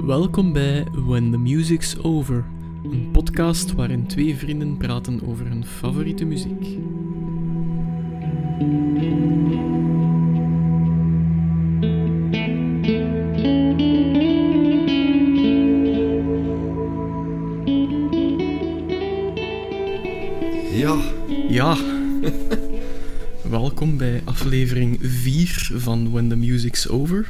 Welkom bij When the Music's Over, een podcast waarin twee vrienden praten over hun favoriete muziek. Ja. Welkom bij aflevering 4 van When the Music's Over.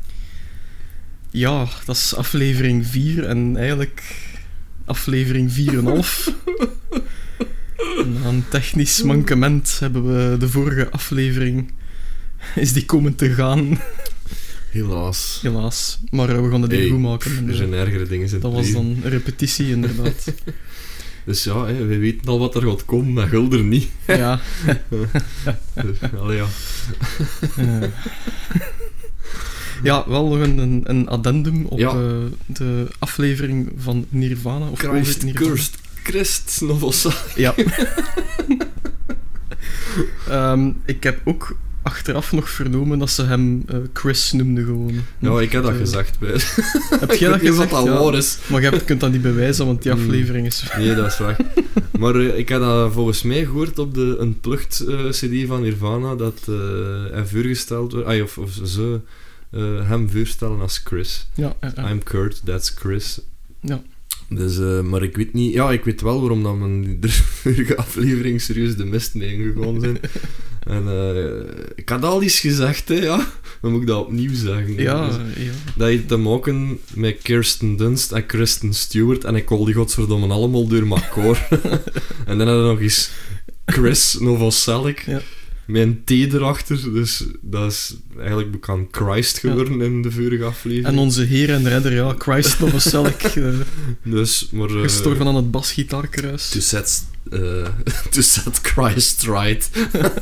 Ja, dat is aflevering 4 en eigenlijk aflevering 4,5. Na een technisch mankement hebben we de vorige aflevering is die komen te gaan. Helaas. Maar we gaan het goed maken. Er zijn ergere dingen in het Dat was leven. dan een repetitie, inderdaad. Dus ja, we weten al wat er gaat komen, maar Gulder niet. Ja. Dus, allee, ja. Ja, wel nog een addendum op de aflevering van Nirvana. Of Christ, Nirvana. Cursed, Christ, Novosa. Ja. Ik heb ook achteraf nog vernomen dat ze hem Chris noemden gewoon. Ja, ik heb dat gezegd. Heb jij dat gezegd? Dat waar is. Maar je kunt dat niet bewijzen, want die aflevering is... Nee, dat is waar. Maar ik heb dat volgens mij gehoord op de Unplugged CD van Nirvana, dat hij voorgesteld wordt, of ze hem voorstellen als Chris. Ja. I'm Kurt, that's Chris. Ja. Dus, maar ik weet niet... Ja, ik weet wel waarom dat we de vorige aflevering serieus de mist mee ingegaan zijn. En ik had al eens gezegd, hè, ja. Dan moet ik dat opnieuw zeggen. Ja, dus, ja. Dat heeft te maken met Kirsten Dunst en Kristen Stewart. En ik call die godverdomme allemaal door elkaar. En dan hadden we nog eens Chris Novoselic. Ja. Met een T erachter. Dus dat is eigenlijk bekend Christ geworden in de vorige aflevering. En onze heer en redder, ja. Christ Novoselic. Dus, maar... gestorven aan het basgitaarkruis. To set Christ right.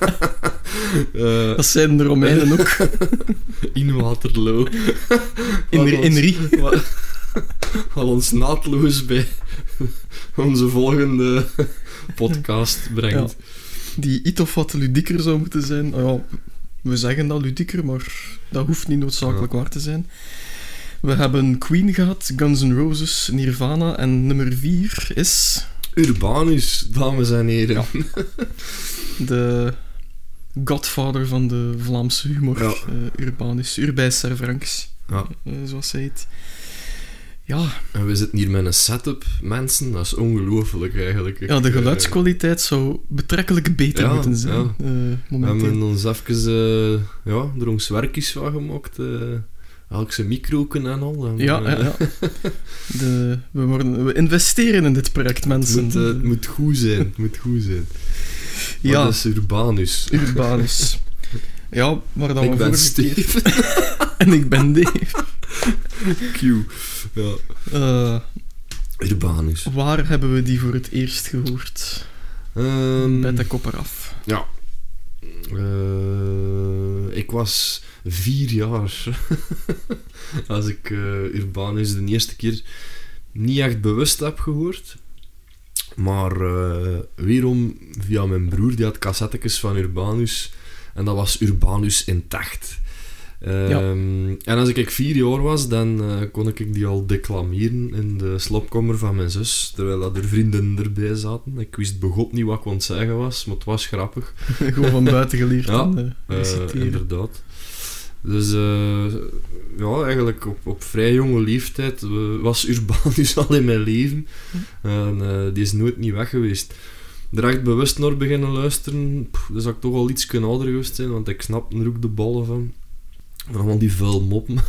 Dat zijn de Romeinen ook. In Waterloo. In Rie. Wat ons naadloos bij onze volgende podcast brengt. Ja, die iets of wat ludieker zou moeten zijn. Oh ja, we zeggen dat ludieker, maar dat hoeft niet noodzakelijk waar te zijn. We hebben Queen gehad, Guns N' Roses, Nirvana en nummer 4 is... Urbanus, dames en heren. Ja. De godfather van de Vlaamse humor. Ja. Urbanus, Urbijs Servranckx, Ja. zoals hij heet. Ja. En we zitten hier met een setup, mensen. Dat is ongelooflijk, eigenlijk. Ja, de geluidskwaliteit zou betrekkelijk beter moeten zijn. We momenteel. hebben ons even er ons werkjes van gemaakt. Elke microken en al. En, Ja. We investeren in dit project, mensen. Het moet goed zijn. Ja. Dat is Urbanus. Ja, maar dan ik ben Steve. En ik ben Dave. Q. Ja. Urbanus. Waar hebben we die voor het eerst gehoord? Bij de kop eraf. Ja. Ik was 4 jaar als ik Urbanus de eerste keer niet echt bewust heb gehoord. Maar weerom via mijn broer, die had cassettekes van Urbanus. En dat was Urbanus Intact. En als ik 4 jaar was, dan kon ik die al declameren in de slopkamer van mijn zus, terwijl dat er vrienden erbij zaten. Ik wist begot niet wat ik aan het zeggen was, maar het was grappig. Gewoon van buiten geleerd. Ja, inderdaad. Dus eigenlijk op vrij jonge leeftijd was Urbanus al in mijn leven. En die is nooit niet weg geweest. Er echt bewust naar beginnen luisteren, dus zou ik toch al iets ouder geweest zijn, want ik snapte er ook de ballen van. Allemaal die vuil moppen.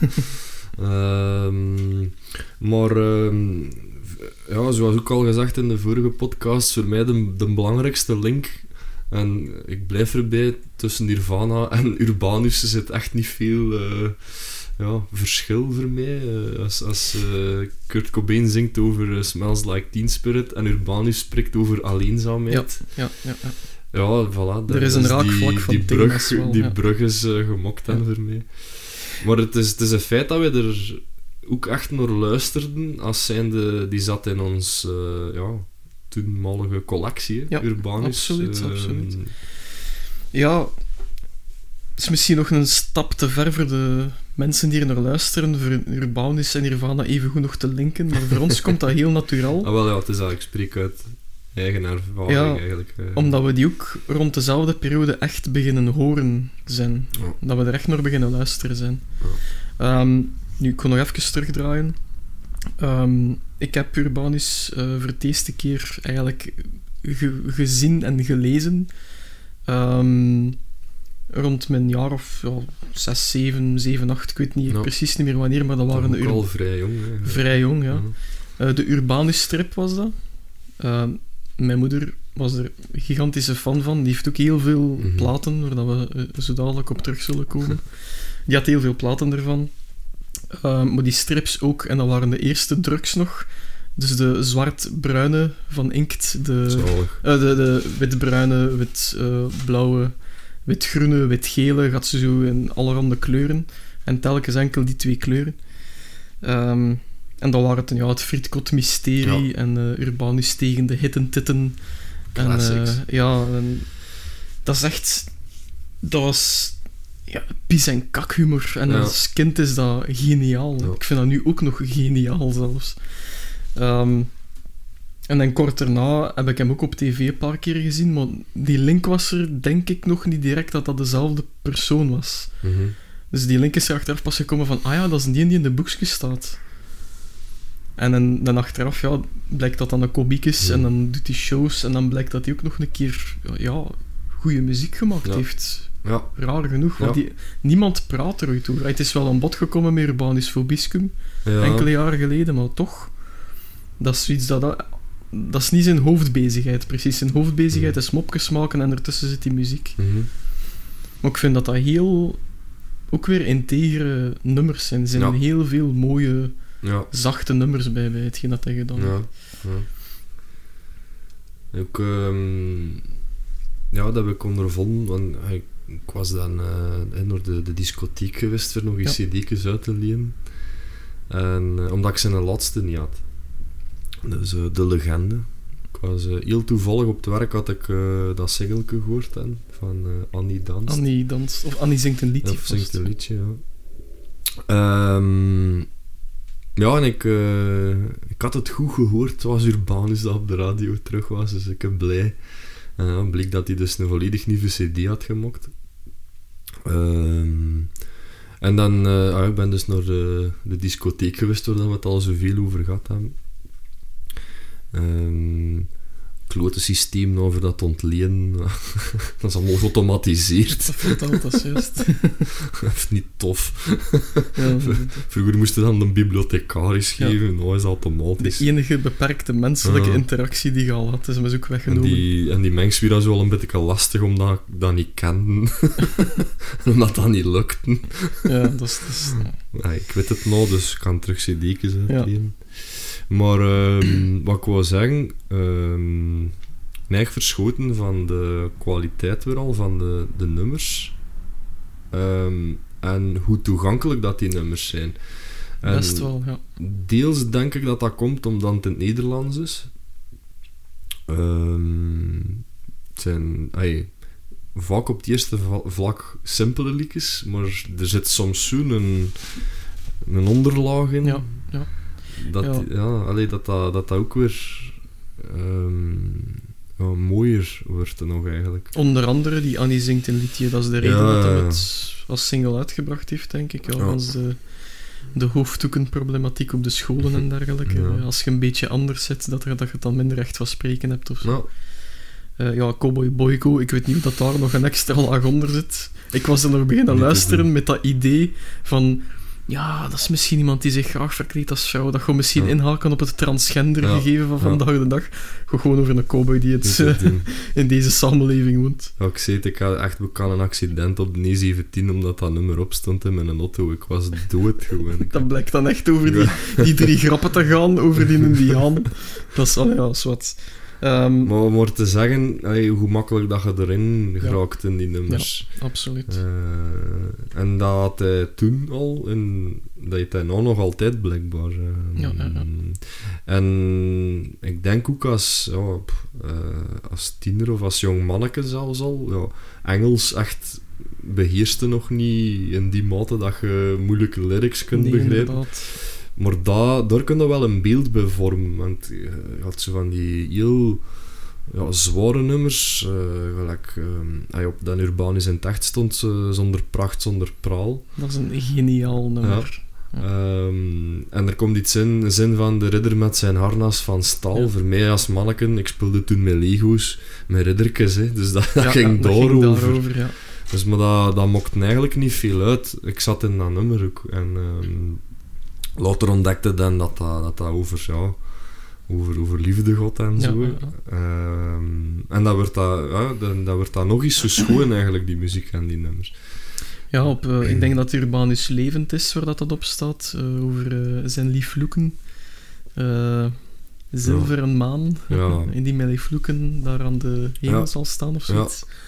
Zoals ook al gezegd in de vorige podcast, voor mij de belangrijkste link, en ik blijf erbij, tussen Nirvana en Urbanus zit echt niet veel verschil voor mij. Als Kurt Cobain zingt over Smells Like Teen Spirit en Urbanus spreekt over alleenzaamheid. Ja. Ja, voilà. Er is een raakvlak van thema's wel, die brug is gemokt voor mij. Maar het is een feit dat we er ook echt naar luisterden, als zijnde, die zat in ons toenmalige collectie, Urbanus. Absoluut. Ja, het is misschien nog een stap te ver voor de mensen die er naar luisteren, voor Urbanus en Nirvana evengoed nog te linken, maar voor ons komt dat heel naturaal. Ah, wel ja, het is dat. Ik spreek uit eigen ervaring Ja, eigenlijk. Omdat we die ook rond dezelfde periode echt beginnen horen zijn. Ja. Dat we er echt naar beginnen luisteren zijn. Ja. Nu, ik kon nog even terugdraaien. Ik heb Urbanus voor het eerste keer eigenlijk gezien en gelezen. Rond mijn jaar of 6, 7, 8, ik weet niet Ja. precies niet meer wanneer, maar dat waren Toch ook al vrij jong. Hè. vrij jong, ja. Ja. De Urbanus-strip was dat. Mijn moeder was er een gigantische fan van. Die heeft ook heel veel platen, waar dat we zo dadelijk op terug zullen komen. Die had heel veel platen ervan. Maar die strips ook, en dat waren de eerste drugs nog. Dus de zwart-bruine van Inkt, de wit-bruine, wit-blauwe, wit-groene, wit-gele, gaat ze zo in allerhande kleuren. En telkens enkel die 2 kleuren. En dan waren het het Frietkot Mysterie en Urbanus tegen de Hittentitten. Classics. En dat is echt... Dat was pies- en kakhumor. En als kind is dat geniaal. Ja. Ik vind dat nu ook nog geniaal zelfs. En dan kort daarna heb ik hem ook op tv een paar keer gezien, maar die link was er denk ik nog niet direct dat dat dezelfde persoon was. Dus die link is er achteraf pas gekomen van, dat is die in de boekjes staat. En dan achteraf, blijkt dat dan een komiek is en dan doet hij shows en dan blijkt dat hij ook nog een keer, goede muziek gemaakt heeft. Ja. Raar genoeg, want niemand praat er ooit over. Het is wel aan bod gekomen met Urbanus Vobiscum, enkele jaren geleden, maar toch, dat is zoiets dat is niet zijn hoofdbezigheid, precies. Zijn hoofdbezigheid is mopjes maken en ertussen zit die muziek. Maar ik vind dat heel... ook weer integere nummers zijn. Er zijn heel veel mooie, zachte nummers bij hetgeen dat hij gedaan heeft. Ook, dat heb ik ondervonden, want ik was dan door de discotheek geweest voor nog eens cd'tjes uit te lenen. En omdat ik zijn laatste niet had. Dus De Legende. Ik was heel toevallig op het werk, had ik dat singeltje gehoord van Annie Danst. Annie danst, of Annie zingt een liedje. Of zingt een liedje, en ik had het goed gehoord. Het was Urbanus dat op de radio terug was, dus ik ben blij. En bleek dat hij dus een volledig nieuwe cd had gemaakt. En dan, ik ben dus naar de discotheek geweest, waar we het al zoveel over gehad hebben. Klote systeem over dat ontlenen. Dat is allemaal geautomatiseerd. Dat vertelt, dat is juist. Dat is niet tof. Vroeger moesten we dan een bibliothecaris geven, nou is dat automatisch. De enige beperkte menselijke interactie die je al had, is hem ook weggenomen. En die mens weer was wel een beetje lastig, omdat ik dat niet kende. Omdat dat niet lukte. Ja, dat is... Ik weet het nou, dus ik kan terug cd'tjes uitlenen. Maar wat ik wou zeggen, neig verschoten van de kwaliteit weer al, van de nummers. En hoe toegankelijk dat die nummers zijn. En best wel, ja. Deels denk ik dat komt omdat het in het Nederlands is. Het zijn vaak op het eerste vlak simpele liedjes, maar er zit soms zo'n een onderlaag in. Ja. Dat ook weer mooier wordt dan nog eigenlijk. Onder andere die Annie zingt een liedje, dat is de reden dat hij het als single uitgebracht heeft, denk ik. Als de hoofddoekenproblematiek op de scholen en dergelijke. Als je een beetje anders zit, dat je dan minder recht van spreken hebt of zo. Cowboy Boyko, ik weet niet of dat daar nog een extra laag onder zit. Ik was er nog beginnen luisteren met dat idee van... Ja, dat is misschien iemand die zich graag verkleedt als vrouw. Dat gewoon misschien inhaken op het transgender gegeven van vandaag de dag. Gewoon over een cowboy die in deze samenleving woont. Ja, ik zei het, ik had echt een accident op de E17 omdat dat nummer opstond in mijn auto. Ik was dood gewoon. Dat blijkt dan echt over die 3 grappen te gaan, over die indiaan. Dat is wat. Maar om maar te zeggen, hoe makkelijk dat je erin geraakt in die nummers. Ja, absoluut. En dat had hij toen al, en dat heeft hij nou nog altijd blijkbaar. En ik denk ook als tiener of als jong manneke zelfs al, Engels echt beheerste nog niet in die mate dat je moeilijke lyrics kunt begrijpen. Inderdaad. Maar daar kun je wel een beeld bij vormen. Want je had zo van die heel zware nummers. Gelijk op Dan Urbanus in het echt stond, zonder pracht, zonder praal. Dat is een geniaal nummer. En er komt iets in, de zin van de ridder met zijn harnas van staal. Ja. Voor mij als manneken, ik speelde toen met Lego's, met riddertjes, hè. Dus dat ging daarover. Ja. Dus, maar dat mocht eigenlijk niet veel uit. Ik zat in dat nummer ook. En later ontdekte dan dat over liefde gaat en zo. Ja. En dat werd dat nog eens zo schoon eigenlijk, die muziek en die nummers. Ja, ik denk dat Urbanus Levend is, waar dat op staat. Over zijn liefloeken. Zilveren maan. Ja. In die met liefloeken daar aan de hemel zal staan of zoiets. Ja.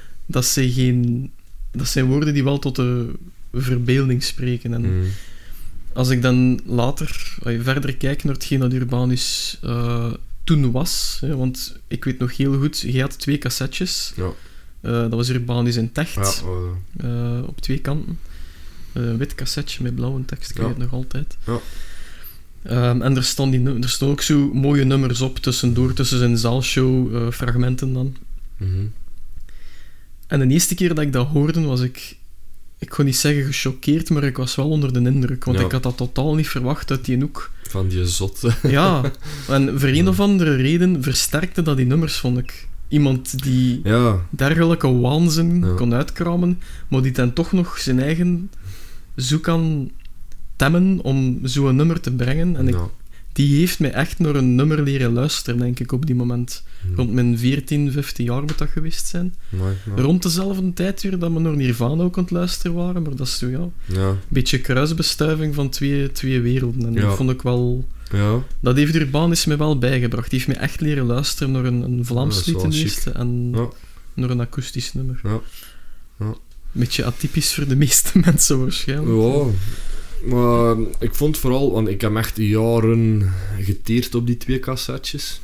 Dat zijn woorden die wel tot de verbeelding spreken. En als ik dan later verder kijk naar hetgeen dat Urbanus toen was, want ik weet nog heel goed, je had 2 cassettes. Ja. Dat was Urbanus in het echt, Ja, op 2 kanten. Een wit cassetje met blauwe tekst, ik weet het nog altijd. Ja. En er staan ook zo mooie nummers op tussendoor, tussen zijn zaalshow fragmenten dan. Mm-hmm. En de eerste keer dat ik dat hoorde, was ik kon niet zeggen gechoqueerd, maar ik was wel onder de indruk, want ik had dat totaal niet verwacht uit die hoek. Van die zot. Ja, en voor een of andere reden versterkte dat die nummers, vond ik. Iemand die dergelijke waanzin kon uitkramen, maar die dan toch nog zijn eigen zoek kan temmen om zo'n nummer te brengen. En die heeft mij echt naar een nummer leren luisteren, denk ik, op die moment. Rond mijn 14, 15 jaar moet dat geweest zijn. Rond dezelfde tijd weer dat we naar Nirvana ook aan het luisteren waren, maar dat is zo, een beetje kruisbestuiving van twee werelden. En dat vond ik wel... Ja. Dat heeft Urbanus mij wel bijgebracht. Die heeft mij echt leren luisteren naar een Vlaams lied ten eerste en naar een akoestisch nummer. Ja. Een beetje atypisch voor de meeste mensen waarschijnlijk. Ja, maar ik vond vooral... Want ik heb echt jaren geteerd op die 2 cassettes.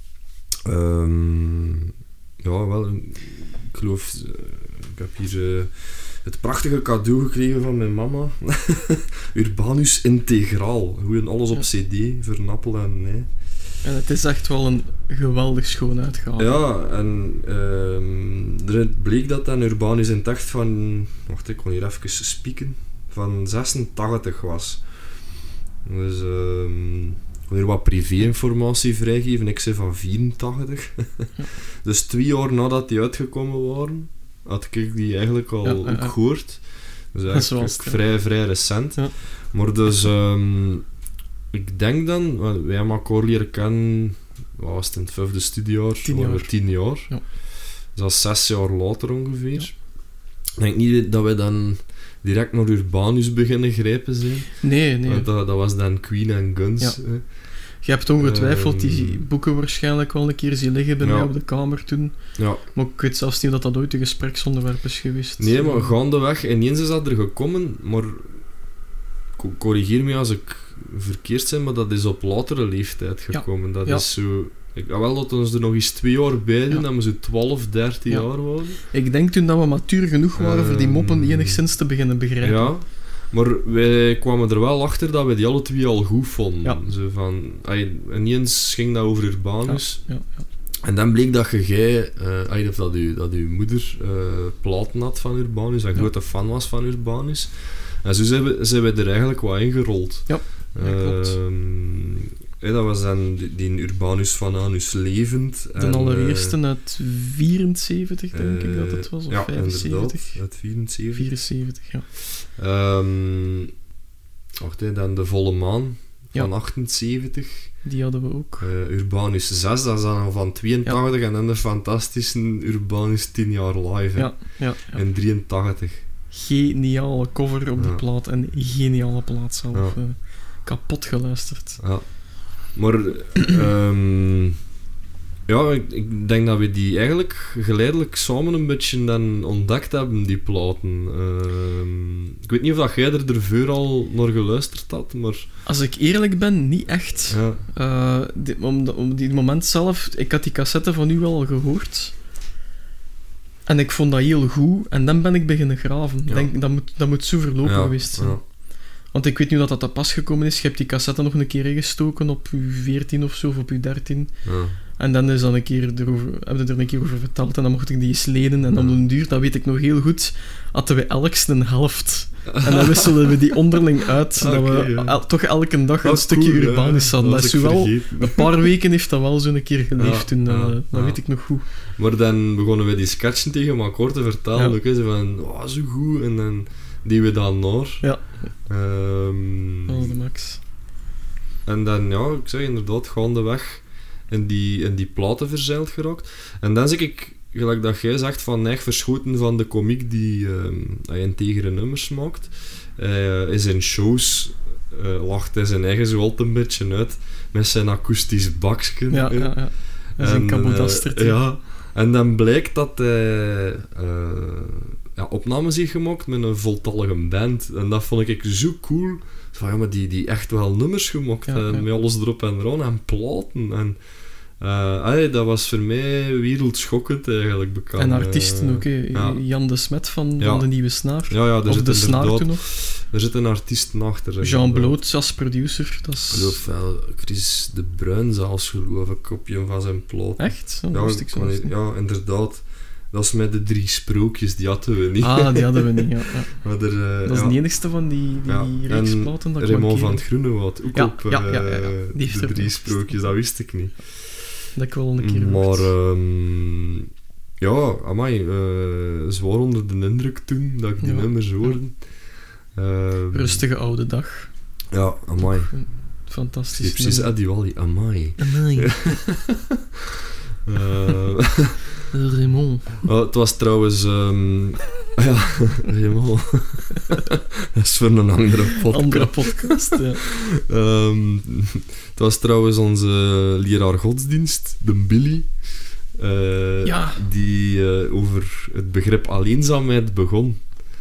Ik geloof... Ik heb hier... het prachtige cadeau gekregen van mijn mama. Urbanus Integraal. Gewoon alles op cd, voor een appel en nee. En het is echt wel een geweldig schoon uitgave. Ja, en er bleek dat dan Urbanus in het echt van... Wacht, ik kon hier even spieken. Van 86 was. Dus ik wil hier wat privé-informatie vrijgeven. Ik zei van 84. Dus 2 jaar nadat die uitgekomen waren... had ik die eigenlijk al ook gehoord. Dus eigenlijk vrij recent. Ja. Maar dus, ik denk dan, wij hebben elkaar leren kennen, wat was het, in het 5e studiejaar? 10 jaar. Ja. Dus dat is 6 jaar later ongeveer. Ja. Ik denk niet dat wij dan direct naar Urbanus beginnen grijpen zijn. Nee. Want dat was dan Queen en Guns. Ja. Je hebt ongetwijfeld die boeken waarschijnlijk wel een keer zien liggen bij mij op de kamer toen. Ja. Maar ik weet zelfs niet dat ooit een gespreksonderwerp is geweest. Nee, maar gaandeweg, ineens is dat er gekomen, maar corrigeer me als ik verkeerd ben, maar dat is op latere leeftijd gekomen. Dat is zo... Wel dat ons er nog eens 2 jaar bij doen, dat we zo 12, 13 jaar waren. Ik denk toen dat we matuur genoeg waren voor die moppen enigszins te beginnen begrijpen. Ja. Maar wij kwamen er wel achter dat we die alle 2 al goed vonden. Ja. Zo van, ineens ging dat over Urbanus. Ja. En dan bleek dat dat uw moeder platen had van Urbanus, dat grote fan was van Urbanus. En zo zijn we er eigenlijk wat ingerold. Ja, klopt. Dat was dan die Urbanus van Anus Levend. De allereerste uit 74, denk ik dat het was, of 75. Inderdaad, uit 74, ja. Dan de Volle Maan van 78. Die hadden we ook. Urbanus 6, dat is dan van 82, en dan de fantastische Urbanus 10 jaar live. In 83. Geniale cover op de plaat en geniale plaat zelf. Kapot geluisterd. Ja. Maar ik denk dat we die eigenlijk geleidelijk samen een beetje dan ontdekt hebben, die platen. Ik weet niet of dat jij er voor al naar geluisterd had, maar... Als ik eerlijk ben, niet echt. Ja. Op die moment zelf, ik had die cassette van u al gehoord. En ik vond dat heel goed. En dan ben ik beginnen graven. Ja. Denk, dat moet zo verlopen geweest zijn. Ja. Want ik weet nu dat te pas gekomen is. Je hebt die cassette nog een keer ingestoken op je 14 of zo, of op je 13. Ja. En dan is dan heb je er een keer over verteld. En dan mocht ik die eens lenen. En dan een duur, dat weet ik nog heel goed, hadden we elk een helft. En dan wisselden we die onderling uit. Dat we toch elke dag een stukje Urbanus hadden. Dat is zo wel... Een paar weken heeft dat wel zo'n keer geleefd toen. Dat weet ik nog goed. Maar dan begonnen we die sketchen tegen elkaar te vertellen. Ja. Ook, hè, zo van, oh, zo goed. En dan die we dan naar. Ja. Ehm, De max. En dan, ja, ik zeg inderdaad, gaandeweg in die platen verzeild geraakt. En dan zeg ik, gelijk dat jij zegt, van echt verschoten van de komiek die hij integere nummers maakt. In zijn shows lacht hij zijn eigen zo altijd een beetje uit met zijn akoestisch baksken. Ja. Dat is een kabodastertje. Ja. En dan blijkt dat hij opnames heeft gemaakt met een voltallige band. En dat vond ik zo cool. Van, ja, maar die echt wel nummers gemaakt hebben, met alles erop en eraan, en platen. En dat was voor mij wereldschokkend eigenlijk bekend. En artiesten ook, Jan de Smet van de Nieuwe Snaar. Ja, of de Snaar toen nog. Er zit een artiest achter. Jean Bloot als producer. Dat is... Ik geloof wel, Chris de Bruin zelfs, geloof ik, op een van zijn platen. Echt? Zo wist ik zo. Ja, inderdaad. Dat is met de 3 sprookjes, die hadden we niet. Die hadden we niet, ja. Maar dat is de enigste van die reeksplaten dat ik Raymond van het Groenewoud, ook op die de 3 sprookjes, dat wist ik niet. Dat ik wel een keer maar amai, zwaar onder de indruk toen, dat ik die nummers hoorde. Rustige oude dag. Ja, amai. Fantastisch. Precies, Eddie Wally, amai. Raymond. Het was trouwens... Raymond. Dat is voor een andere podcast. Ja. Het was trouwens onze leraar godsdienst, de Billy, die over het begrip alleenzaamheid begon.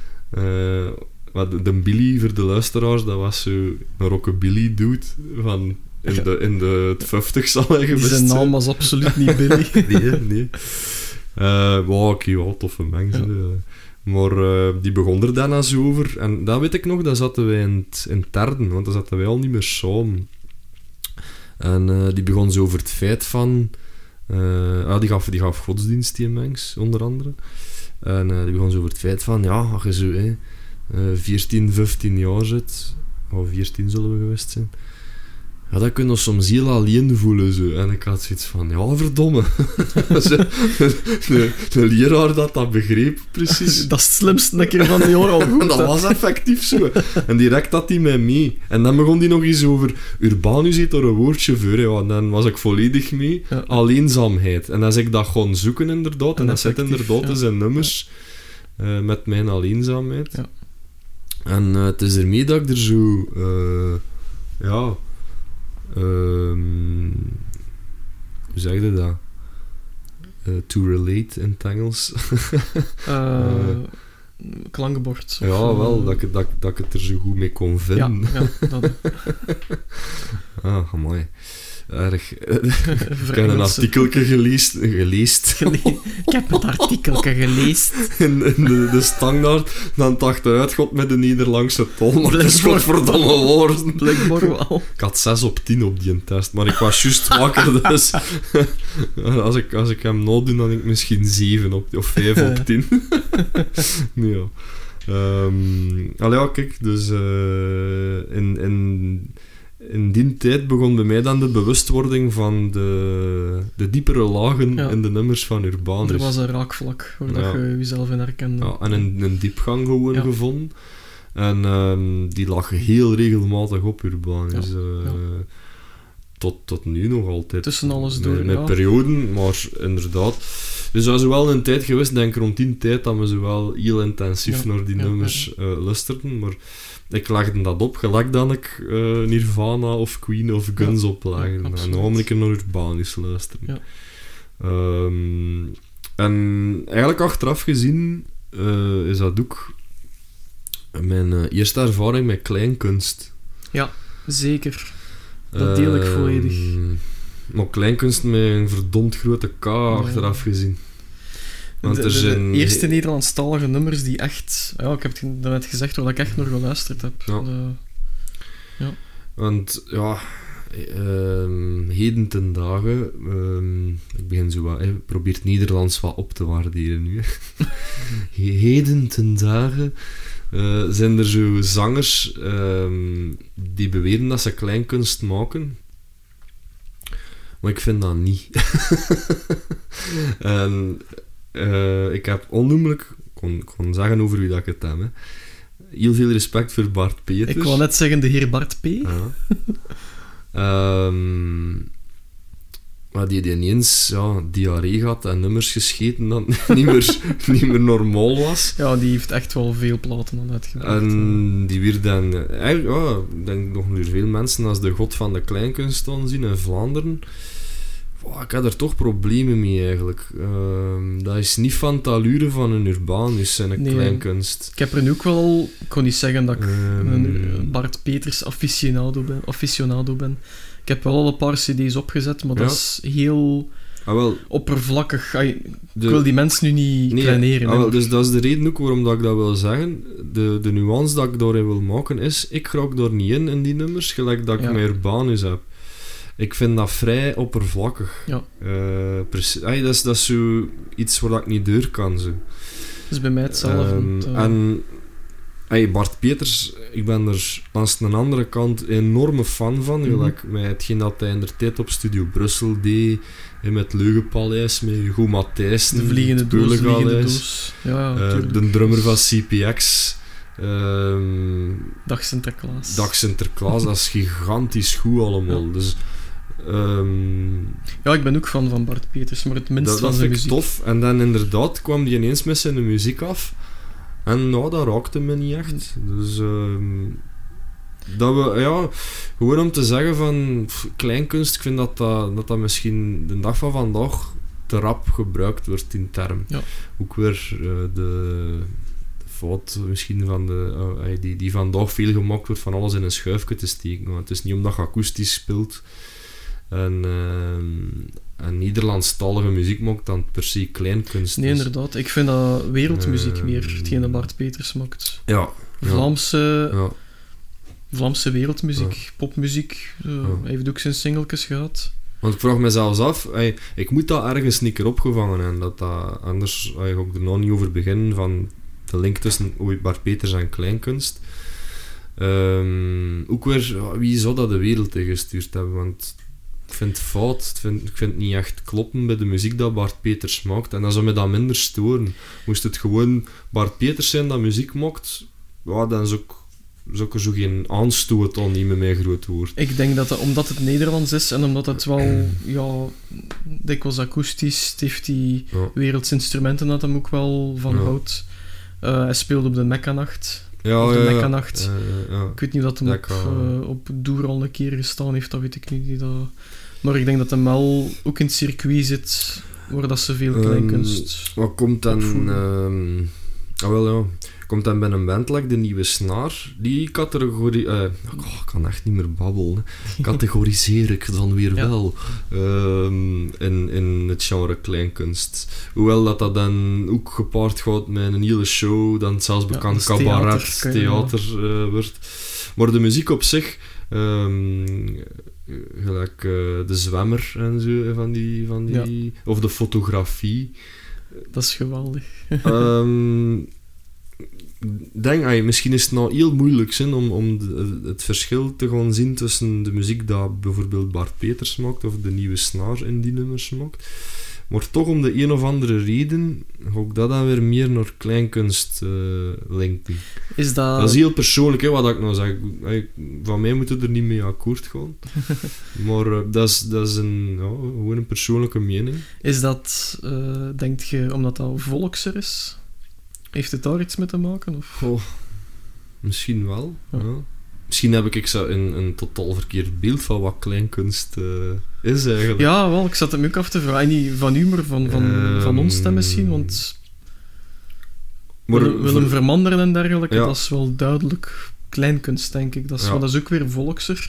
De Billy, voor de luisteraars, dat was zo een rockabilly dude van... In de 50 zal hij geweest zijn. Zijn naam was absoluut niet Billy. Nee. Toffe mensen. Maar die begon er dan eens over. En dat weet ik nog, dat zaten wij in het derde, want dan zaten wij al niet meer samen. En die begon zo over het feit van... die gaf godsdienst, die mens, onder andere. En die begon zo over het feit van... als je zo 14, 15 jaar zit... 14 zullen we geweest zijn... Ja, dat kun je soms heel alleen voelen. Zo. En ik had zoiets van, ja, verdomme. de leraar dat begreep, precies. Dat is het slimste een keer van de jaar al goed. En dat was effectief zo. En direct had hij mij mee. En dan begon hij nog eens over... Urbanus heeft er een woordje voor. Ja. En dan was ik volledig mee. Ja. Alleenzaamheid. En dan is ik dat gewoon zoeken, inderdaad. En dat zit inderdaad in zijn nummers. Met mijn alleenzaamheid. Ja. En het is ermee dat ik er zo... hoe zeg je dat? To relate in het Engels. Klankenbord. Ja, wel, dat ik het er zo goed mee kon vinden. Ja, dat... Amai. Erg. Ik heb een artikeltje gelezen. Ik heb het artikeltje gelezen. In de standaard. Dan dacht hij uit, god met de Nederlandse tol. Maar het is godverdomme woorden. Blijkbaar wel. Ik had 6 op 10 op die test. Maar ik was juist wakker, dus... als ik hem nadoe, dan denk ik misschien 7 of 5 op 10. Ja. Kijk. Dus in die tijd begon bij mij dan de bewustwording van de diepere lagen in de nummers van Urbanus. Er was een raakvlak waar je jezelf in herkende. Ja, en een diepgang gewoon gevonden. En die lag heel regelmatig op Urbanus. Tot nu nog altijd. Tussen alles door, met perioden, maar inderdaad. Dus dat is wel een tijd geweest, denk ik rond die tijd, dat we zo wel heel intensief naar die nummers luisterden. Maar ik legde dat op, gelijk dan ik Nirvana of Queen of Guns oplegde. En dan moet ik naar Urbanus luisteren. Ja. En eigenlijk achteraf gezien is dat ook mijn eerste ervaring met kleinkunst. Ja, zeker. Dat deel ik volledig. Maar kleinkunst met een verdomd grote K achteraf gezien. Want er de zijn... eerste Nederlandstalige nummers die echt... Ja, ik heb het net gezegd waar ik echt naar geluisterd heb. Ja. Want, ja... heden ten dagen... ik begin zo wat... probeer het Nederlands wat op te waarderen nu. Heden ten dagen... zijn er zo zangers die beweren dat ze kleinkunst maken. Maar ik vind dat niet. En ik heb onnoemelijk... Ik kon zeggen over wie dat ik het heb. Hè. Heel veel respect voor Bart Peters. Ik wou net zeggen de heer Bart P. Ja. Maar die ineens diarree had en nummers gescheten dat niet meer normaal was. Ja, die heeft echt wel veel platen aan uitgebracht. En die weer dan... ik denk nog nu veel mensen als de god van de kleinkunst aanzien in Vlaanderen. Ik heb er toch problemen mee, eigenlijk. Dat is niet van het allure van een Urbanus en een kleinkunst. Ik heb er nu ook wel... Ik kon niet zeggen dat ik een Bart Peters aficionado ben. Ik heb wel al een paar cd's opgezet, maar dat is heel oppervlakkig. Ik wil die mensen nu niet kleineren. Dus dat is de reden ook waarom dat ik dat wil zeggen. De nuance dat ik daarin wil maken is... Ik raak daar niet in die nummers, gelijk dat ik mijn Urbanus heb. Ik vind dat vrij oppervlakkig. Ja. Dat is zo iets waar ik niet door kan. Zo. Dat is bij mij hetzelfde. En Bart Peters, ik ben er langs een andere kant een enorme fan van. Gelijk met hetgeen dat hij in de tijd op Studio Brussel deed. Met Leugenpaleis, met Hugo Matthijs. De vliegende doos. De drummer van CPX. Dag Sinterklaas. Dag Sinterklaas, dat is gigantisch goed allemaal. Ja. Dus, ik ben ook fan van Bart Peters, maar het minst van zijn muziek. Dat vind ik tof. En dan inderdaad kwam hij ineens met zijn muziek af. En dat raakte me niet echt. Dus gewoon om te zeggen van kleinkunst, ik vind dat misschien de dag van vandaag te rap gebruikt wordt in term. Ja. Ook weer de fout misschien van die vandaag veel gemaakt wordt van alles in een schuifje te steken. Maar het is niet omdat je akoestisch speelt en Nederlandstalige muziek maakt dan per se kleinkunst. Nee, inderdaad. Ik vind dat wereldmuziek meer, hetgeen dat Bart Peters maakt. Ja. Vlaamse wereldmuziek, popmuziek. Hij heeft ook zijn singletjes gehad. Want ik vraag me zelfs af, ik moet dat ergens een keer opgevangen en dat anders ga ik er nog niet over beginnen van de link tussen Bart Peters en kleinkunst. Ook weer, wie zou dat de wereld tegengestuurd hebben? Want ik vind het fout, ik vind het niet echt kloppen bij de muziek dat Bart Peters maakt. En dat zou me dat minder storen. Moest het gewoon Bart Peters zijn dat muziek maakt, dan zou ik er zo geen aanstoot aan niet met mij groot woord. Ik denk dat omdat het Nederlands is en omdat het wel dikwijls akoestisch, het heeft die wereldse instrumenten dat hem ook wel van houdt. Hij speelde op de Mekka-nacht. Mekka-nacht. Ik weet niet of dat hem op Doer al een keer gestaan heeft, dat weet ik niet. Maar ik denk dat hij wel ook in het circuit zit, waar dat ze veel kleinkunst wat komt dan... Komt dan bij een band like de Nieuwe Snaar, die categorie... ik kan echt niet meer babbelen. Categoriseer ik dan weer wel in het genre kleinkunst. Hoewel dat dan ook gepaard gaat met een hele show, dan zelfs bekend cabaret, theater wordt. Maar de muziek op zich, gelijk De Zwemmer en zo, van die of de fotografie. Dat is geweldig. Misschien is het nou heel moeilijk om het verschil te gaan zien tussen de muziek dat bijvoorbeeld Bart Peters maakt of de Nieuwe Snaar in die nummers maakt. Maar toch om de een of andere reden ga ik dat dan weer meer naar kleinkunst linken. Dat is heel persoonlijk, wat ik nou zeg. Van mij moet het er niet mee akkoord gaan. Maar dat is gewoon een persoonlijke mening. Is dat, denk je, omdat dat volkser is? Heeft het daar iets mee te maken? Of? Misschien wel. Ja. Misschien heb ik zo een totaal verkeerd beeld van wat kleinkunst is eigenlijk. Ja, wel, ik zat hem ook af te vragen. Niet van u, maar van ons dan misschien, want Willem Vermanderen en dergelijke, dat is wel duidelijk kleinkunst, denk ik. Dat is ook weer volkser.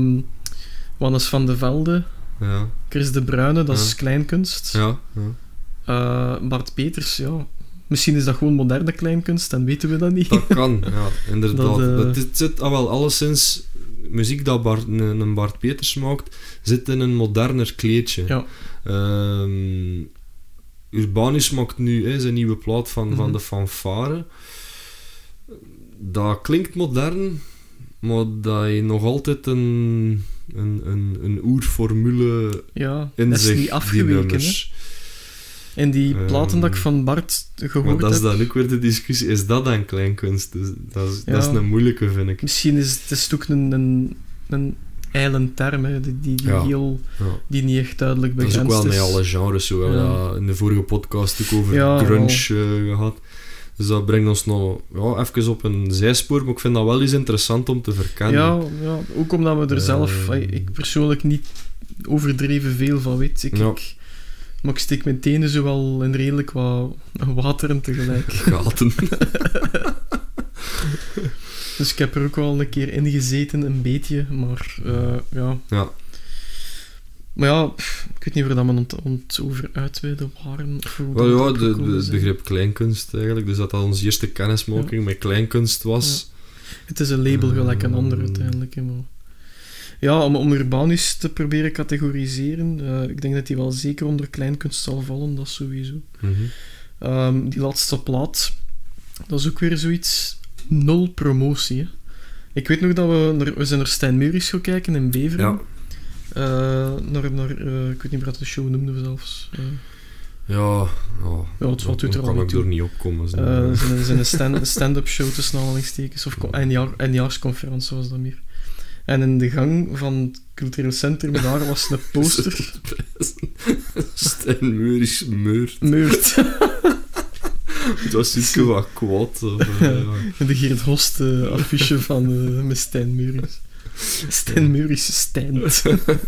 Wannes van de Velde, Chris de Bruyne, dat is kleinkunst. Bart Peters, ja... Misschien is dat gewoon moderne kleinkunst en weten we dat niet. Dat kan, ja, inderdaad. Dat, Het zit wel alleszins... Muziek dat een Bart Peters maakt, zit in een moderner kleedje. Ja. Urbanus maakt nu zijn nieuwe plaat van de fanfare. Dat klinkt modern, maar dat je nog altijd een oerformule in dat is zich, niet afgeweken. En die platen dat ik van Bart gehoord heb... Maar dat is dan ook weer de discussie. Is dat dan kleinkunst? Dus dat is een moeilijke, vind ik. Misschien is het ook een eilen term, hè, die niet echt duidelijk begrensd is. Dat is ook wel met alle genres zo. We hebben dat in de vorige podcast ook over grunge gehad. Dus dat brengt ons nog even op een zijspoor, maar ik vind dat wel eens interessant om te verkennen. Ja, ook omdat we er zelf... Ik persoonlijk niet overdreven veel van weet. Maar ik steek mijn tenen zo wel in redelijk wat water in tegelijk. Gaten. Dus ik heb er ook wel een keer in gezeten, een beetje, maar Ja. Maar ja, ik weet niet waar we het over uitweiden waren. Het begrip kleinkunst eigenlijk. Dus dat onze eerste kennismaking met kleinkunst was. Ja. Het is een label gelijk een ander uiteindelijk. Maar... Ja, om Urbanus te proberen categoriseren, ik denk dat hij wel zeker onder kleinkunst zal vallen, dat sowieso. Die laatste plaat, dat is ook weer zoiets... 0 promotie, hè. Ik weet nog dat we zijn naar Stijn Meuris gaan kijken in Beveren. Ja. Ik weet niet wat de show noemden we zelfs. Het kan ik er niet opkomen. Zijn stand-up show tussen aanhalingstekens, of eindjaarsconferentie was dat meer. En in de gang van het cultureel centrum, daar was een poster. Stijn Meuris meurt. Het was iets wat kwaad. De Geert Host affiche van met Stijn Meuris. Stijn Meuris stand.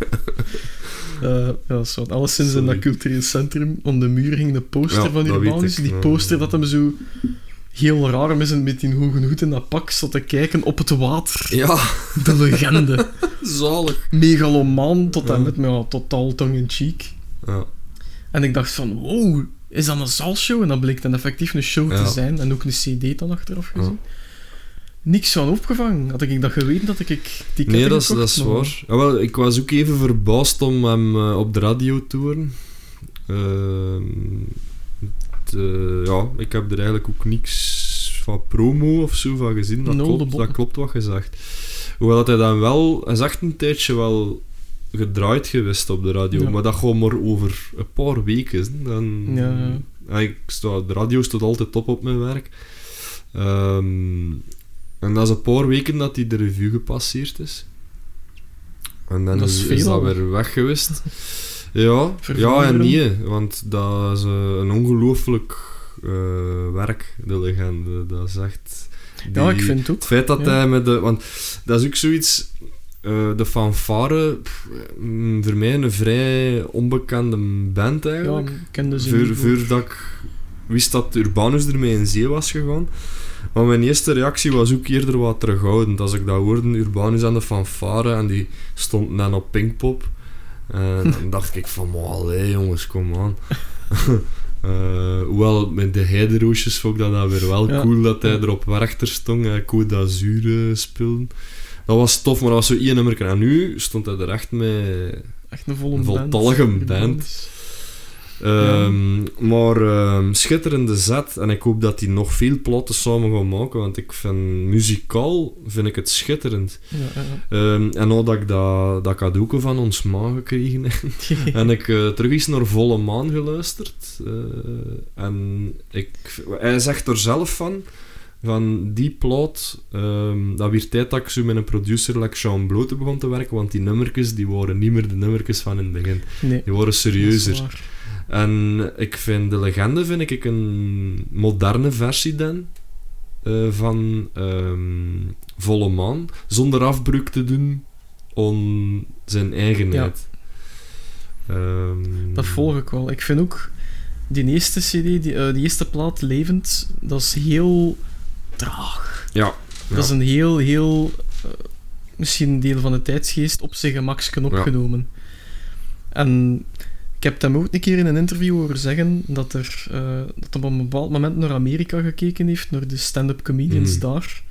Alleszins in dat cultureel centrum, om de muur hing de poster van Urbanus. Die poster dat hem zo heel raar met die hoge hoed en dat pak zat te kijken op het water. Ja. De legende. Zalig. Megalomaan tot en met totaal tongue-in-cheek. Ja. En ik dacht van, wow, is dat een zaalshow? En dat bleek dan effectief een show te zijn. En ook een cd dan achteraf gezien. Niks van opgevangen. Had ik dat geweten, dat ik die Nee, dat is waar. Ja, wel, ik was ook even verbaasd om hem op de radio te horen. Ik heb er eigenlijk ook niks van promo of zo van gezien. Dat klopt wat je zegt. Hoewel dat hij dan wel... Hij is echt een tijdje wel gedraaid geweest op de radio. Maar dat gewoon maar over een paar weken. Dan, de radio stond altijd top op mijn werk. En dat is een paar weken dat hij de revue gepasseerd is. En dan is dat weer weg geweest. Ja en nee, want dat is een ongelooflijk werk, de legende. Dat is echt... ik vind het ook. Het feit dat hij met de... Want dat is ook zoiets... de fanfare, voor mij een vrij onbekende band eigenlijk. Ja, ik kende ze niet. Voordat ik wist dat Urbanus ermee in zee was gegaan. Maar mijn eerste reactie was ook eerder wat terughoudend. Als ik dat hoorde, Urbanus aan de fanfare, en die stond net op Pinkpop. En dan dacht ik van, allee jongens, kom aan. Hoewel, met de heideroosjes vond ik dat weer wel cool, dat hij er op Werchter stond en Côte d'Azur speelde. Dat was tof, maar dat was zo één nummer. En nu stond hij er echt met... Echt een voltallige band. Maar schitterende zet. En ik hoop dat hij nog veel platen samen gaan maken, want ik vind muzikaal vind ik het schitterend. En nou dat ik dat cadeauke van ons ma gekregen heb, en ik terug eens naar Volle Maan geluisterd. En hij zegt er zelf van die plaat, dat weer tijd dat ik zo met een producer like Jean Blote begon te werken, want die nummertjes die waren niet meer de nummertjes van in het begin. Nee, die waren serieuzer. En ik vind de legende een moderne versie dan van Volle Maan, zonder afbreuk te doen aan zijn eigenheid. Dat volg ik wel. Ik vind ook die eerste CD, die eerste plaat, Levend, dat is heel traag. Ja. Dat is een heel misschien een deel van de tijdsgeest op zijn gemaksken opgenomen. En Ik heb hem ook een keer in een interview horen zeggen dat hij op een bepaald moment naar Amerika gekeken heeft, naar de stand-up comedians daar.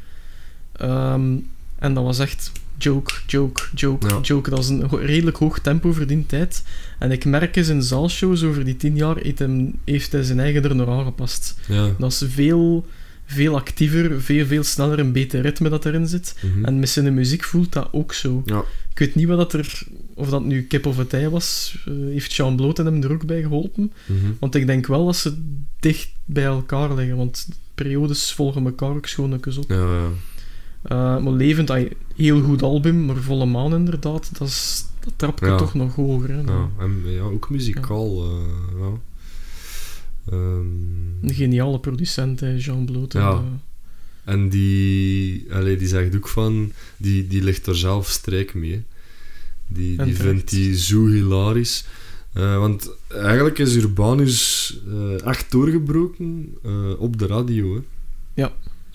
En dat was echt joke. Dat was een redelijk hoog tempo voor die tijd. En ik merk eens in zaalshows over die 10 jaar heeft hij zijn eigen er nog aangepast. Ja. Dat is veel actiever, veel sneller en beter ritme dat erin zit. En met zijn muziek voelt dat ook zo. Ja. Ik weet niet of dat nu kip of het ei was, heeft Jean Bloten hem er ook bij geholpen. Want ik denk wel dat ze dicht bij elkaar liggen, want periodes volgen elkaar ook schoon op. Ja. Maar Levend, heel goed album, maar Volle Maan inderdaad, dat trapje toch nog hoger. Hè, en ook muzikaal. Ja. Een geniale producent, hè, Jean Bloten. Ja. En die zegt ook van, die ligt er zelf strijk mee. Hè. Die vindt die zo hilarisch. Want eigenlijk is Urbanus echt doorgebroken op de radio. Hè. Ja.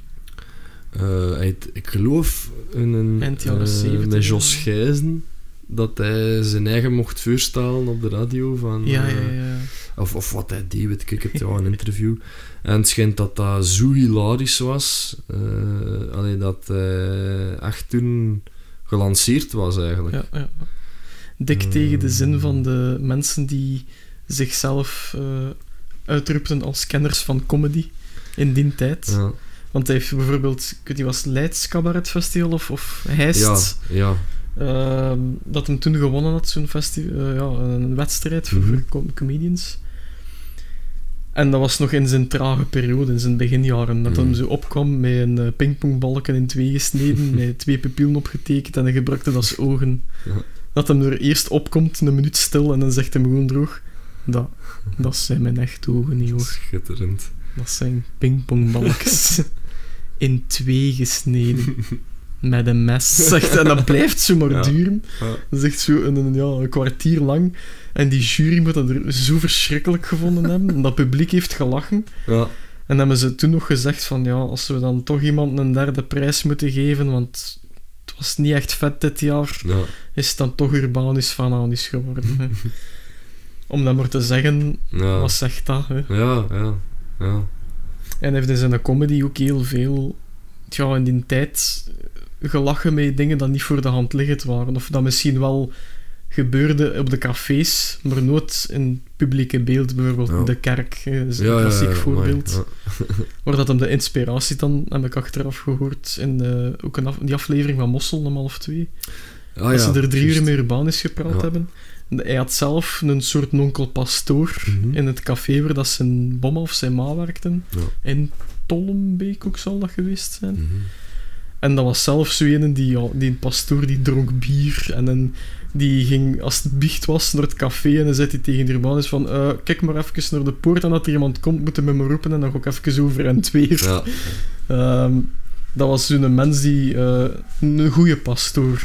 Ik geloof in eind jaren 70, met Jos Gijzen dat hij zijn eigen mocht voorstellen op de radio van... Ja. Of wat hij deed, weet ik het, een interview. En het schijnt dat zo hilarisch was, dat hij echt toen gelanceerd was, eigenlijk. Ja. Dik tegen de zin van de mensen die zichzelf uitroepten als kenners van comedy in die tijd. Ja. Want hij heeft bijvoorbeeld, ik weet niet, was Leids Cabaret Festival of Heist... Ja. Dat hem toen gewonnen had, zo'n festival, een wedstrijd voor comedians. En dat was nog in zijn trage periode, in zijn beginjaren, dat hij zo opkwam met een pingpongbalken in 2 gesneden, met 2 pupillen opgetekend en hij gebruikte dat als ogen. Ja. Dat hem er eerst opkomt, een minuut stil, en dan zegt hij gewoon droog, dat zijn mijn echte ogen niet, hoor. Schitterend. Dat zijn pingpongbalkjes in 2 gesneden. Met een mes, zegt, en dat blijft zo maar duren. Ja. Dat is echt zo een kwartier lang. En die jury moet dat er zo verschrikkelijk gevonden hebben. En dat publiek heeft gelachen. Ja. En hebben ze toen nog gezegd van, als we dan toch iemand een 3e prijs moeten geven, want het was niet echt vet dit jaar, is het dan toch Urbanus van Anus geworden. Hè. Om dat maar te zeggen, wat zegt dat? Hè? Ja. En hij heeft in zijn comedy ook heel veel... in die tijd gelachen met dingen dat niet voor de hand liggend waren. Of dat misschien wel gebeurde op de cafés, maar nooit in publieke beeld. Bijvoorbeeld de kerk is een klassiek voorbeeld. Waar dat hem de inspiratie dan, heb ik achteraf gehoord, in ook die aflevering van Mossel, om 1:30. Dat ze er 3 uur met Urbanus gepraat hebben. Hij had zelf een soort nonkel pastoor in het café waar dat zijn bomma of zijn ma werkten. In Tollenbeek ook zal dat geweest zijn. En dat was zelf zo die pastoor die dronk bier en die ging, als het biecht was, naar het café en dan zei hij tegen de Urbanus van kijk maar even naar de poort en dat er iemand komt, moet hij me maar roepen en dan ga ik even over en 2 uur. Dat was zo'n mens die een goede pastoor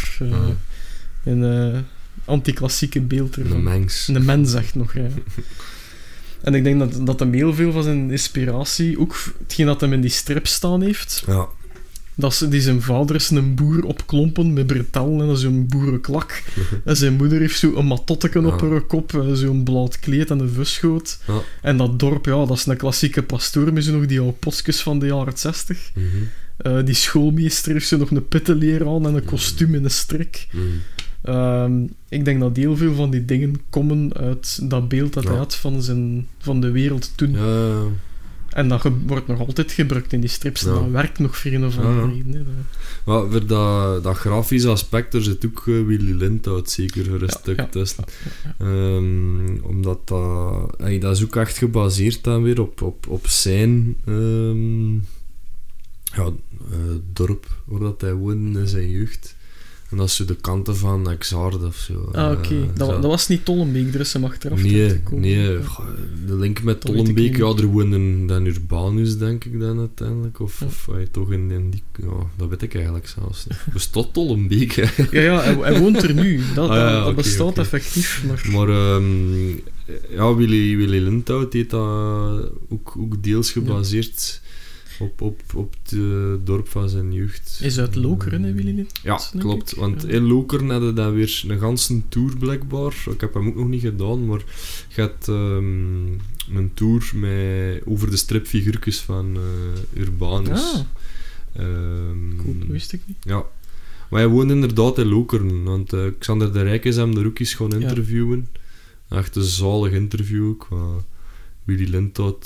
een anti-klassieke beeld ervan. Een mens echt nog, ja. En ik denk dat hem heel veel van zijn inspiratie, ook hetgeen dat hem in die strip staan heeft, die zijn vader is een boer op klompen met bretellen en zo'n boerenklak. En zijn moeder heeft zo'n matotteken op haar kop, zo'n blauw kleed en een vusgoot. En dat dorp, dat is een klassieke pastoor met zo nog die oude potjes van de jaren 60. Die schoolmeester heeft zo nog een pitteleer aan en een kostuum in een strik. Ik denk dat heel veel van die dingen komen uit dat beeld dat hij had van de wereld toen. En dat wordt nog altijd gebruikt in die strips. Dat werkt nog voor een of andere reden. Maar voor dat grafische aspect, er zit ook Willy Lindhout zeker voor een stuk tussen. Omdat dat is ook echt gebaseerd dan weer op zijn dorp waar dat hij woonde in zijn jeugd. En dat is zo de kanten van Exaard of zo. Dat was niet Tollenbeek, er is hem achteraf Nee. De link met Tollenbeek, er woonde dan Urbanus, denk ik dan uiteindelijk. Of toch in die... Ja, dat weet ik eigenlijk zelfs niet. Bestaat Tollenbeek eigenlijk? Hij woont er nu. Dat bestaat effectief. Maar Willy Lindhout heeft dat ook deels gebaseerd... op het dorp van zijn jeugd. Is uit Lokeren, hè, Willy? Ja, klopt. Want in Lokeren hadden dan weer een ganse tour, blijkbaar. Ik heb hem ook nog niet gedaan, maar je hebt een tour over de stripfiguurtjes van Urbanus. Cool, dat wist ik niet. Ja. Maar hij woont inderdaad in Lokeren, want Xander de Rijk is hem er ook eens gaan interviewen. Echt een zalig interview ook. Willy Lintott...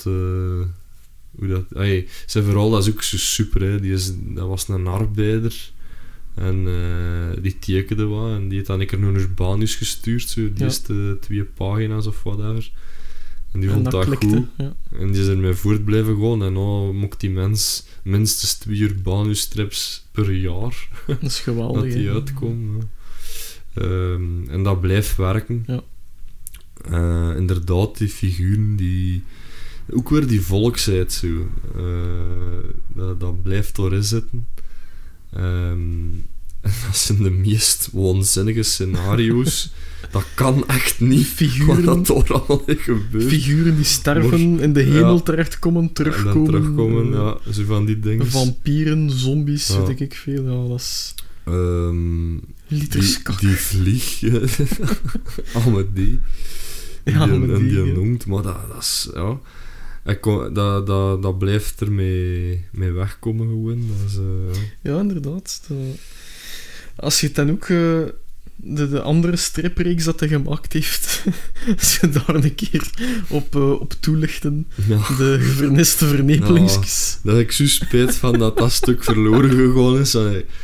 zijn verhaal, dat is ook zo super. Hè. Dat was een arbeider. En die tekende wat. En die heeft dan een keer naar Urbanus gestuurd. Zo, de eerste 2 pagina's of whatever. En die vond dat klikte, goed. Ja. En die is ermee voort blijven gaan. En nou mocht die mens minstens 2 Urbanus strips per jaar. Dat is geweldig. Dat die uitkomen. En dat blijft werken. Ja. Inderdaad, die figuren die... Ook weer die volksheid zo. Dat blijft erin zitten. En dat zijn de meest waanzinnige scenario's. Dat kan echt niet. Figuren, wat dat er al gebeurt. Figuren die sterven, in de hemel terechtkomen, terugkomen. En dan terugkomen, zo van die dingen. Vampieren, zombies, weet ik veel. Ja, dat is... literskak. Die vlieg. Amadee. Die noemt, maar dat is... Ja... Dat blijft er mee wegkomen gewoon. Dat is, Ja, inderdaad. Als je dan ook de andere stripreeks dat hij gemaakt heeft, als je daar een keer op toelichten, de geverniste vernepelingsjes. Dat ik zo spijt van dat stuk verloren gegaan is.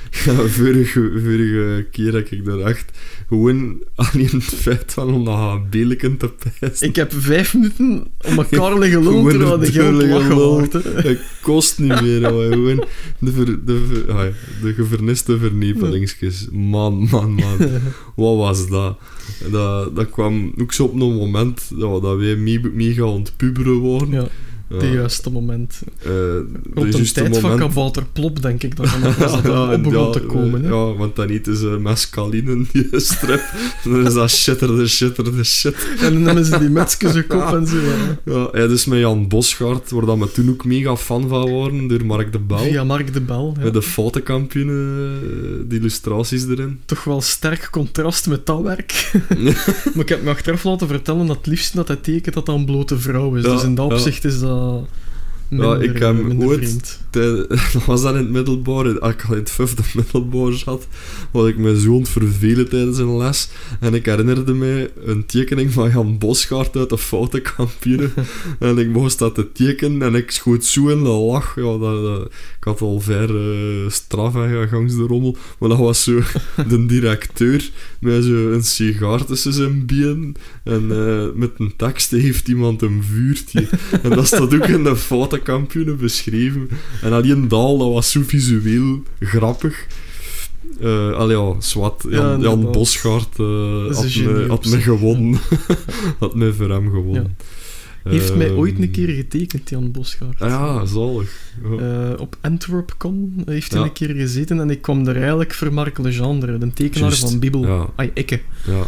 Vorige keer heb ik daar echt gewoon alleen het feit van om dat beelken te pijzen. Ik heb 5 minuten om elkaar liggen lullen terwijl de geld lachen wordt. Het kost niet meer. Gewoon de geverniste vernepelingsjes. Man. Wat was dat? Dat kwam ook zo op een moment dat wij mega aan het puberen waren. Ja. Het juiste moment. Op de tijd moment... van Kabouter Plop, denk ik, dat op begon te komen. Hè? Ja, want dan eten ze mescaline in die strip. Dan is dat shit. En dan hebben ze die metskes op kop en zo. Ja, dus met Jan Bosgaard, waar dat we toen ook mega fan van waren, door Mark de Bel. Via Mark de Bel, ja. Met de fotokampioenen, de illustraties erin. Toch wel sterk contrast met dat werk. Maar ik heb me achteraf laten vertellen dat het liefst dat hij tekent dat dat een blote vrouw is. Dus in dat opzicht is dat... Minder, ik heb ooit... Dat was dan in het middelbaar. Als ik al in het 5e middelbaar zat, was ik me zo aan het vervelen tijdens een les. En ik herinnerde mij een tekening van Jan Bosgaard uit de fotokampioenen. En ik moest dat te tekenen en ik schoot zo in de lach. Ja, ik had al ver straf gangs de rommel. Maar dat was zo de directeur met zo een sigaar tussen zijn benen. En met een tekst heeft iemand een vuurtje. En dat staat ook in de fotokampioenen beschreven. En alleen dat was zo visueel grappig. Swat. Jan Bosgaard had me gewonnen. Had me voor hem gewonnen. Ja. Heeft mij ooit een keer getekend, Jan Bosgaard. Ja, zalig. Op AntwerpCon heeft hij een keer gezeten en ik kwam er eigenlijk voor Marc Legendre, de tekenaar van Bibel. Ja. Ikke. Ja.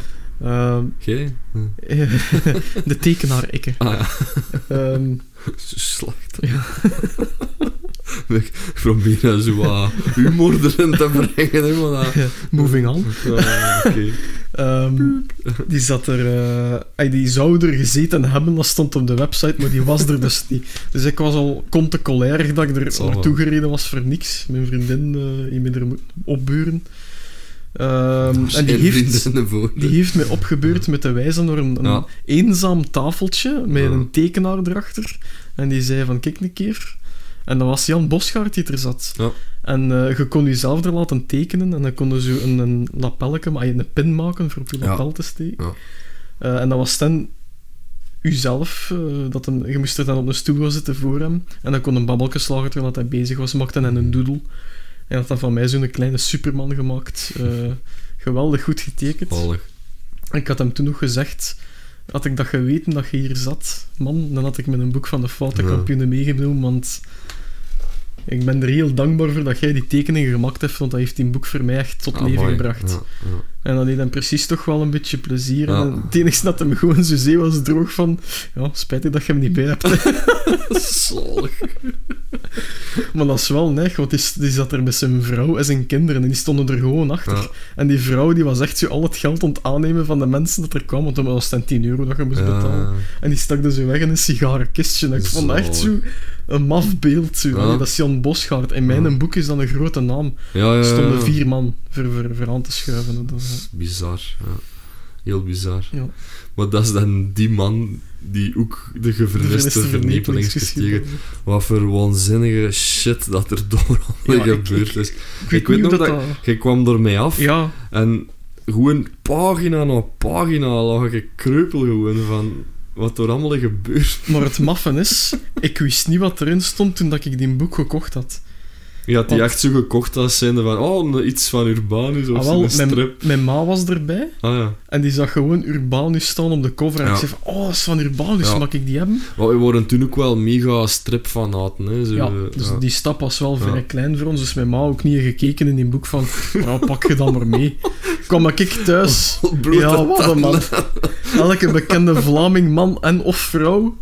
De tekenaar Ikke. Slecht. Ja. Ik probeer zo wat humor erin te brengen. Moving on. Okay. Die zat er... die zou er gezeten hebben, dat stond op de website, maar die was er dus niet. Dus ik was al colère dat ik er naartoe gereden was voor niks. Mijn vriendin me er moet opburen. En die heeft mij opgebeurd met te wijzen naar een eenzaam tafeltje met een tekenaar erachter. En die zei van, kijk een keer. En dat was Jan Bosgaard die er zat. Ja. En je kon jezelf er laten tekenen en dan kon je zo een lapelletje, een pin maken voor op je lapel te steken. Ja. En dat was dan uzelf, je moest er dan op een stoel gaan zitten voor hem en dan kon een babbeltje slagen terwijl hij bezig was, maakte hij een doodle. En had dan van mij zo'n kleine Superman gemaakt. Geweldig goed getekend. Vallig. En ik had hem toen nog gezegd, had ik dat geweten dat je hier zat, man, dan had ik met een boek van de fotokampioenen meegenomen, want ik ben er heel dankbaar voor dat jij die tekeningen gemaakt hebt, want dat heeft die boek voor mij echt tot leven gebracht. Ja. En dat deed hem precies toch wel een beetje plezier. Ja. En het enige dat hem gewoon zo zee was droog van, spijtig dat je hem niet bij hebt. Zalig. Maar dat is wel neig, want die zat er met zijn vrouw en zijn kinderen en die stonden er gewoon achter. Ja. En die vrouw die was echt zo al het geld aan het aannemen van de mensen dat er kwamen, want dan was het 10 euro dat je moest betalen. En die stak dus zo weg in een sigarenkistje. En ik vond dat echt zo een maf beeld. Zo. Allee, dat is Jan Bosschaert. In mijn boek is dat een grote naam. Er stonden 4 man voor aan te schuiven. Dat is bizar, ja. Heel bizar. Ja. Maar dat is dan die man die ook de geverniste vernepelingsgeschiedenis. Wat voor waanzinnige shit dat er door gebeurd is. Ik weet nog dat jij kwam door mij af en gewoon pagina na pagina lag ik kreupel gewoon van wat er allemaal gebeurt. Maar het maffen is, ik wist niet wat erin stond toen dat ik die boek gekocht had. Je had die echt zo gekocht als zijnde van iets van Urbanus of zo'n strip. Mijn ma was erbij ja. En die zag gewoon Urbanus staan op de cover en ik zei van, dat is van Urbanus, mag ik die hebben? Maar we worden toen ook wel mega stripfanaten. Hè? Dus die stap was wel vrij klein voor ons, dus mijn ma ook niet gekeken in die boek van, pak je dan maar mee. Kwam ik thuis, wat een man. Elke bekende Vlaming, man en of vrouw...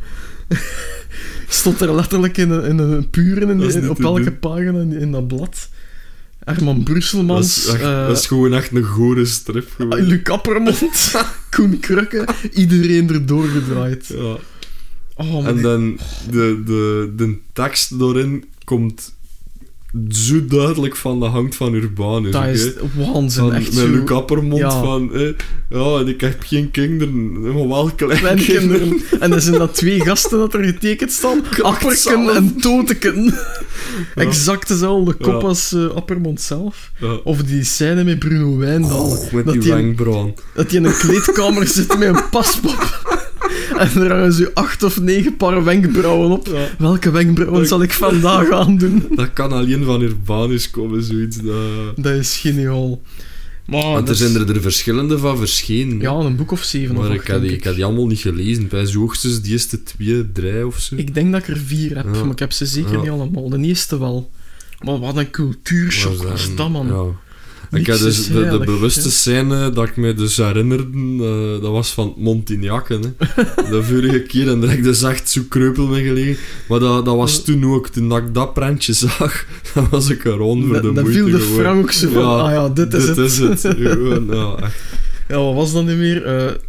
stond er letterlijk in een puren op elke pagina in dat blad. Herman Brusselmans. Dat is gewoon echt een gore strip. Luc Appermond. Koen Krukke. Iedereen erdoor gedraaid. Ja. En dan de tekst daarin komt zo duidelijk van de hand van Urbanus. Dat is waanzin, echt met Luc Appermond van... en ik heb geen kinderen, maar wel kleinkinderen. En er zijn dat 2 gasten dat er getekend staan. Apperken en Toteken. Exact dezelfde kop als Appermond zelf. Ja. Of die scène met Bruno Wijndal. Met die wenkbrauwen. Dat hij in een kleedkamer zit met een paspop. En er hangen zo 8 of 9 paar wenkbrauwen op. Ja. Welke wenkbrauwen zal ik vandaag aandoen? Dat kan alleen van Urbanus komen, zoiets. Dat is geniaal. Want er zijn er verschillende van verschenen. Ja, een boek of 7 maar of 8, ik heb die allemaal niet gelezen. Bij hoogstens die eerste 2, 3 of zo. Ik denk dat ik er 4 heb, maar ik heb ze zeker niet allemaal. De eerste wel. Maar wat een cultuurshock was dat, man. Ja. Ik heb dus de bewuste scène dat ik me dus herinnerde, dat was van Montignac, hè. De vorige keer, en daar heb ik dus echt zo kreupel mee gelegen. Maar dat was toen ook, toen dat ik dat prentje zag, dan was ik er rond voor de moeite. Dan viel de Frank zo van, dit is het. Gewoon, echt. Ja, wat was dat nu weer?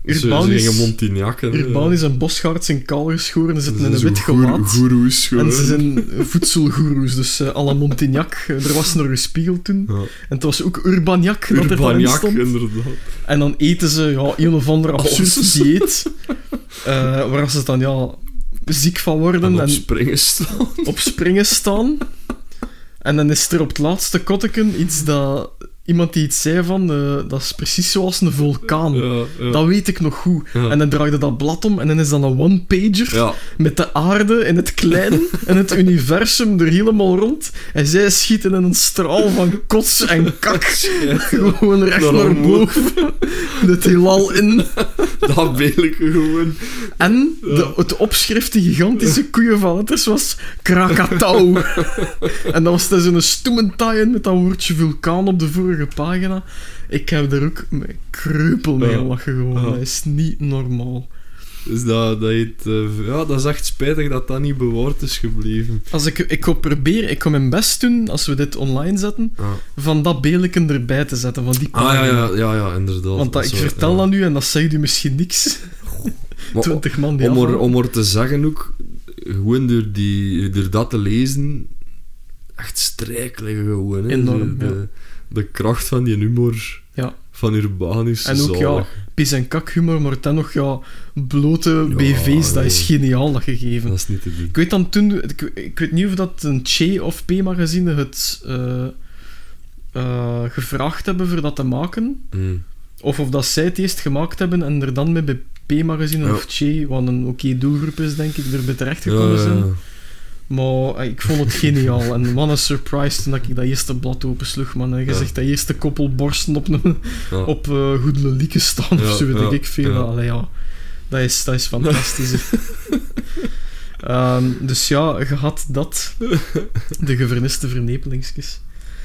Urbanus en Bosschaert zijn kaal geschoren. Ze zitten in een wit gewaad. Goeroes, en ze zijn voedselgoeroes. Dus à la Montignac. Er was nog een spiegel toen. Ja. En het was ook Urbaniac dat er van stond. Inderdaad. En dan eten ze een of ander absurd dieet. Waar ze dan ziek van worden. En op springen staan. En dan is er op het laatste kotteken iets dat... Iemand die iets zei van, dat is precies zoals een vulkaan. Ja. Dat weet ik nog goed. Ja. En dan draaide dat blad om en dan is dat een one-pager met de aarde in het klein en het universum er helemaal rond. En zij schieten in een straal van kots en kak. Gewoon recht naar boven. Het heelal in. Dat weet ik gewoon. En het opschrift, die gigantische koeien van letters, was Krakatau. En dat was dus een stoementaaien met dat woordje vulkaan op de vorige pagina. Ik heb er ook met kreupel mee gelachen gewoon. Dat is niet normaal. Dus dat is echt spijtig dat dat niet bewaard is gebleven. Als ik ga mijn best doen, als we dit online zetten, van dat beelken erbij te zetten, van die pagina. Ja, inderdaad. Want ik vertel dat nu en dat zegt u misschien niks. 20 man die om er te zeggen ook, gewoon door dat te lezen, echt strijkelen gewoon. Hè. Enorm, de kracht van die humor van Urbanus. En ook pis- en kakhumor, maar dan nog blote BV's, dat is geniaal, dat gegeven. Dat is niet te doen. Ik weet dan toen, ik weet niet of dat een Che of P-magazine het gevraagd hebben voor dat te maken, of dat zij het eerst gemaakt hebben en er dan met bij P-magazine of Che, wat een oké doelgroep is, denk ik, erbij terechtgekomen zijn. Maar ik vond het geniaal. En wat een surprise toen ik dat eerste blad opensloeg, man. En je zegt dat eerste koppel borsten op Goedlelieke staan of zo, weet ik veel. Allee, dat is fantastisch. Dus je had dat. De geverniste vernepelingsjes.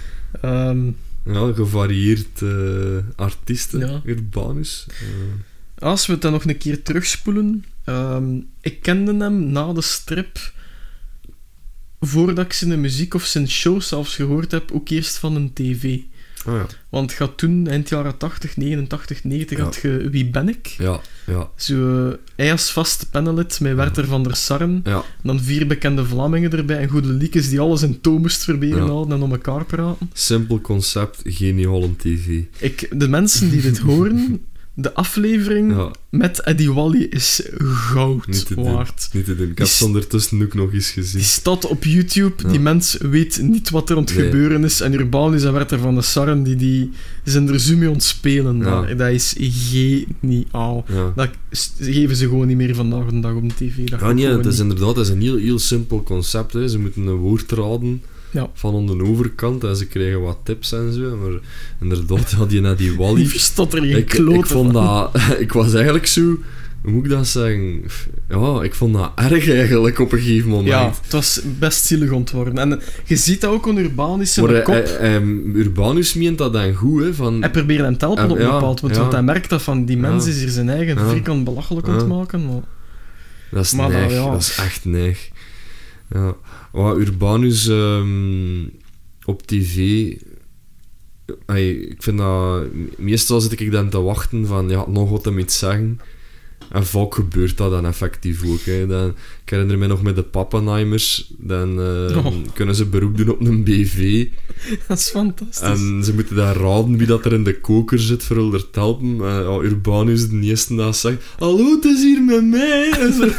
Gevarieerd artiesten, Urbanus. Als we het dan nog een keer terugspoelen. Ik kende hem na de strip voordat ik zijn muziek of zijn show zelfs gehoord heb, ook eerst van een tv. Oh ja. Want je had toen, eind jaren 80, 89, 90, had je Wie ben ik? Ja, ja. Zo, hij als vaste panelid met Werther van der Sarren. Ja. En dan 4 bekende Vlamingen erbij en goede liekes die alles in toon moest proberen Ja. houden en om elkaar praten. Simpel concept, geniaal tv. De mensen die dit horen, de aflevering Ja. met Eddie Wally is goud Niet te doen. waard. Niet te doen. Ik heb ze ondertussen ook nog eens gezien. Die staat op YouTube, Ja. die mens weet niet wat er aan het Nee. gebeuren is. En Urbanus en Werther van der Sarren, die zijn er zo mee ontspelen. Ja. Dat is geniaal. Ja. Dat geven ze gewoon niet meer vandaag de dag op de tv. Dat Ja, gaat nee, gewoon het is niet. inderdaad het is een heel simpel concept. Hè. Ze moeten een woord raden Ja. van aan de overkant en ze krijgen wat tips en zo. Maar inderdaad, had je naar die Wally... Die verstaat er geen Ik klote vond van. dat... Ik was eigenlijk zo... Hoe moet ik dat zeggen? Ja, ik vond dat erg eigenlijk op een gegeven moment. Ja, het was best zielig ontworpen. En je ziet dat ook aan Urbanus in Maar de kop. Urbanus meent dat dan goed, hè. Van, Hij probeert hem te helpen op een ja, bepaald moment, ja. want hij merkt dat van die mens Ja. is hier zijn eigen Ja. vierkant belachelijk aan het Ja. maken. Maar... dat is Maar neig. ja. Dat is echt neig. Ja. Wat Urbanus op tv... Ik vind dat... Meestal zit ik dan te wachten van... Ja, nog wat hem iets zeggen. En vaak gebeurt dat dan effectief ook. Hè. Dan, ik herinner me nog met de Pappenheimers. Dan kunnen ze beroep doen op een BV. Dat is fantastisch. En ze moeten daar raden wie dat er in de koker zit voor hun te helpen. Urbanus de eerste dat zegt... Hallo, het is hier met mij. En zo.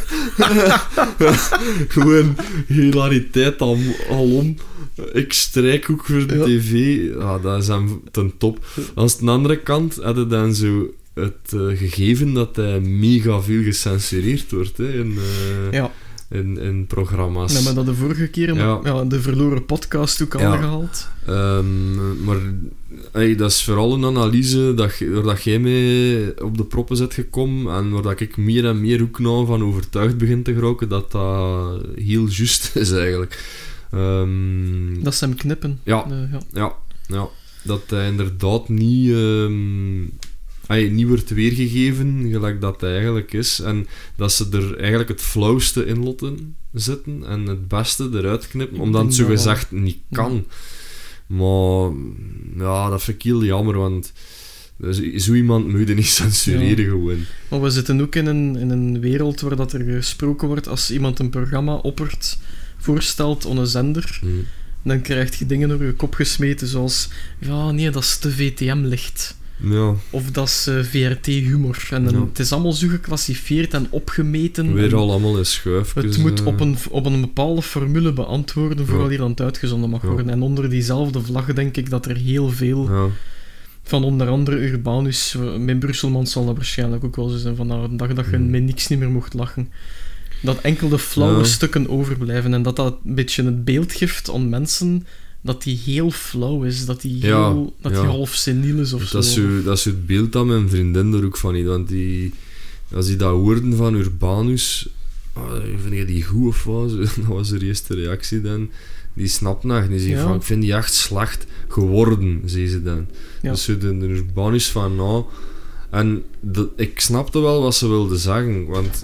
Gewoon hilariteit alom. Ik strijk ook voor de Ja. tv. Ja, dat is hem ten top. Aan de andere kant hadden dan zo het gegeven dat hij mega veel gecensureerd wordt hè, Ja. in programma's. Nee, maar dat de vorige keer Ja. de verloren podcast ook Ja. aangehaald. Maar dat is vooral een analyse waar dat jij mee op de proppen zit gekomen en waar dat ik meer en meer ook nou van overtuigd begin te geraken dat dat heel juist is eigenlijk. Dat ze hem knippen. Ja. Ja, dat hij inderdaad niet wordt weergegeven gelijk dat hij eigenlijk is en dat ze er eigenlijk het flauwste in laten zitten en het beste eruit knippen, Ik omdat het denk dat zogezegd niet kan. Maar ja, dat vind ik heel jammer, want zo iemand moet je niet censureren gewoon. Maar we zitten ook in een wereld waar dat er gesproken wordt als iemand een programma oppert, voorstelt op een zender, dan krijg je dingen door je kop gesmeten zoals ja, nee, dat is te VTM-licht. Ja. Of dat is VRT-humor. En dan, Ja. het is allemaal zo geclassifieerd en opgemeten. Weer en allemaal in schuifjes. het moet op een bepaalde formule beantwoorden voordat hier dan het uitgezonden mag Ja. worden. En onder diezelfde vlag denk ik dat er heel veel Ja. van onder andere Urbanus, met Brusselman zal dat waarschijnlijk ook wel zo zijn, van een dag dat je met niks niet meer mocht lachen. Dat enkel de flauwe Ja. stukken overblijven en dat een beetje het beeld geeft aan mensen dat die heel flauw is, dat die, Ja, heel, dat die ja. half seniel is of zo. Dat is het beeld dat mijn vriendin er ook van niet. Want als die dat hoorden van Urbanus, vind je die goed of wat? Dat was haar eerste reactie dan. Die snapt nog. Die zegt Ja. van, ik vind die echt slecht geworden, zei ze dan. Ja. Dus de Urbanus van, nou... En ik snapte wel wat ze wilde zeggen, want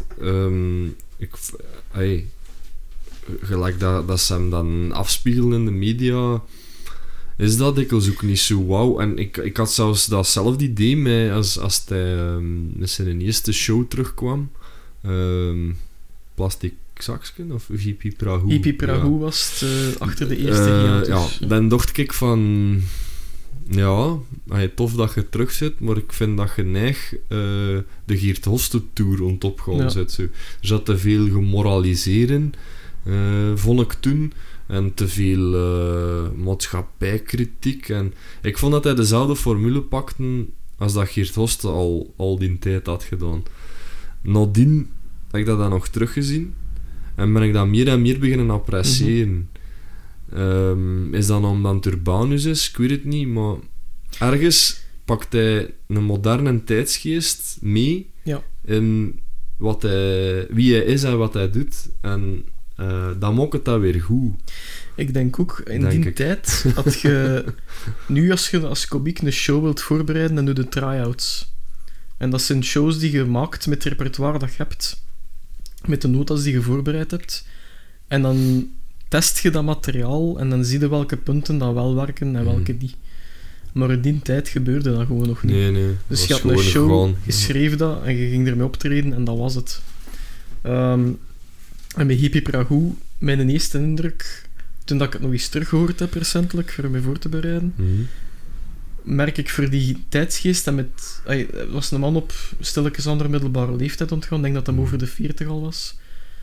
gelijk dat ze hem dan afspiegelen in de media, is dat dikwijls ook niet zo wauw. En ik had zelfs datzelfde idee mee als hij met zijn eerste show terugkwam. Plastic Saksken of Hippie Prahu? Hippie Prahu Ja. was het achter de eerste hiatus. Ja, dan dacht ik van... Ja, tof dat je terug zit, maar ik vind dat je neig de Geert Hoste Tour on top gaan Ja. zit. Zo. Er zat te veel gemoraliseren, vond ik toen. En te veel maatschappijkritiek. En ik vond dat hij dezelfde formule pakte als dat Geert Hoste al die tijd had gedaan. Nadien heb ik dat dan nog teruggezien. En ben ik dat meer en meer beginnen appreciëren. Is dat omdat het Urbanus is? Ik weet het niet, maar ergens pakt hij een moderne tijdsgeest mee Ja. in wie hij is en wat hij doet. En dan maakt het dat weer goed. Ik denk ook, in Denk die ik. tijd had je... Nu, als je als komiek een show wilt voorbereiden, dan doe je try-outs. En dat zijn shows die je maakt met het repertoire dat je hebt. Met de notas die je voorbereid hebt. En dan test je dat materiaal en dan zie je welke punten dat wel werken en welke niet. Maar in die tijd gebeurde dat gewoon nog niet. Nee. Dus dat je is had een gewoon show, gewoon- je schreef dat en je ging ermee optreden en dat was het. En bij Hippie Pragoe, mijn eerste indruk, toen dat ik het nog eens teruggehoord heb recentelijk, voor me voor te bereiden, merk ik voor die tijdsgeest en met... Het was een man op stilletjes andere middelbare leeftijd ontgaan. Ik denk dat hij over de 40 al was.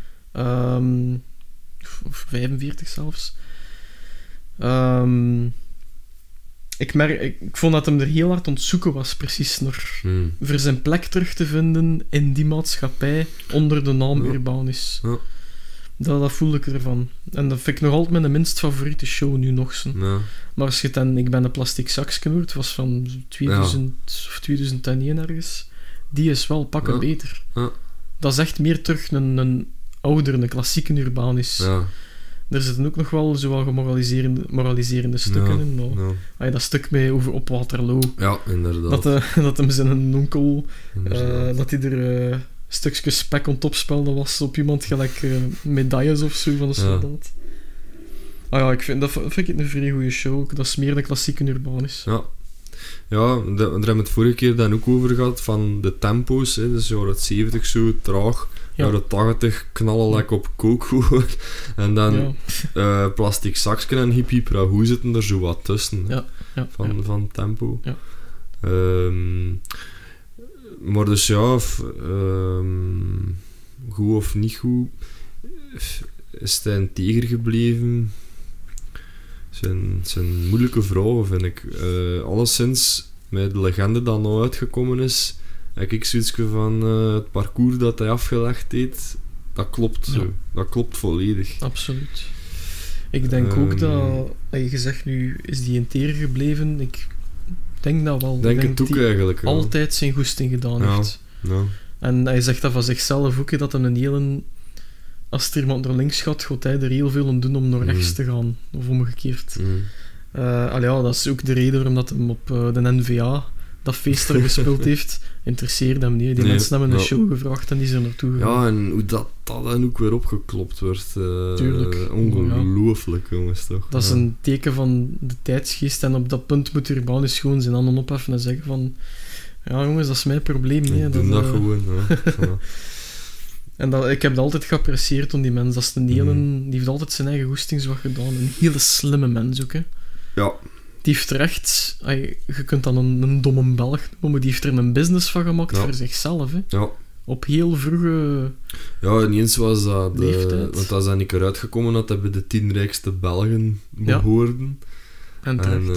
Of 45 zelfs. Ik vond dat hem er heel hard aan het zoeken was, precies, naar voor zijn plek terug te vinden in die maatschappij onder de naam Urbanus. Ja. Dat voelde ik ervan. En dat vind ik nog altijd mijn minst favoriete show nu nog zo. Ja. Maar als je het dan... Ik ben een plastic saxje hoort, het was van 2000 of 2001 ergens. Die is wel pakken Ja. beter. Ja. Dat is echt meer terug een ouder, een klassieke Urbanus. Ja. Er zitten ook nog wel zo wat moraliserende stukken in. Maar, Ja. dat stuk mee over op Waterloo. Ja, inderdaad. Dat hem zijn onkel... Inderdaad. dat hij er stukjes spek aan het opspelden was op iemand gelijk medailles of zo van een soldaat. Ik vind ik een vrij goede show. Ook. Dat is meer de klassieke Urbanus. Ja. Ja, daar hebben we het vorige keer dan ook over gehad, van de tempo's. Hè. Dus jaren 70 zo, traag. Ja. Jaren 80 knallen lekker op kook gewoon. En dan plastic saxken en Hippie Pragoe zitten er zo wat tussen. Ja. Van tempo. Ja. Maar dus ja, goed of niet goed, is hij een teger gebleven? Zijn moeilijke vragen, vind ik. Alleszins, met de legende dat nou uitgekomen is, heb ik zoiets van het parcours dat hij afgelegd heeft, dat klopt zo. Ja. Dat klopt volledig. Absoluut. Ik denk ook dat... Je zegt nu, is die integer gebleven? Ik denk dat wel. Denk het ook die eigenlijk. Ja. altijd zijn goesting gedaan Ja. heeft. Ja. En hij zegt dat van zichzelf ook, dat hij een hele... Als er iemand naar links gaat, gaat hij er heel veel aan doen om naar rechts te gaan. Of omgekeerd. Dat is ook de reden waarom dat hem op de NVA dat feest er gespeeld heeft. Interesseerde hem niet. Die mensen hebben een show gevraagd en die zijn naartoe gegaan. Ja, en hoe dat dan ook weer opgeklopt wordt. Tuurlijk. Ongelooflijk, jongens, toch? Dat is een teken van de tijdsgeest. En op dat punt moet Urbanus gewoon zijn handen opheffen en zeggen van... Ja, jongens, dat is mijn probleem. Nee, Ik doe dat gewoon. Ja. En ik heb dat altijd geapprecieerd aan die mens. Dat is een hele... Die heeft altijd zijn eigen goestingswag gedaan. Een hele slimme mens ook, hè. Ja. Die heeft er echt... Je kunt dan een domme Belg noemen, maar die heeft er een business van gemaakt voor zichzelf, hè. Ja. Op heel vroege... Ja, ineens was dat... leeftijd. Want dat is dan niet eruit gekomen dat hij bij de 10 rijkste Belgen behoorden. En terecht.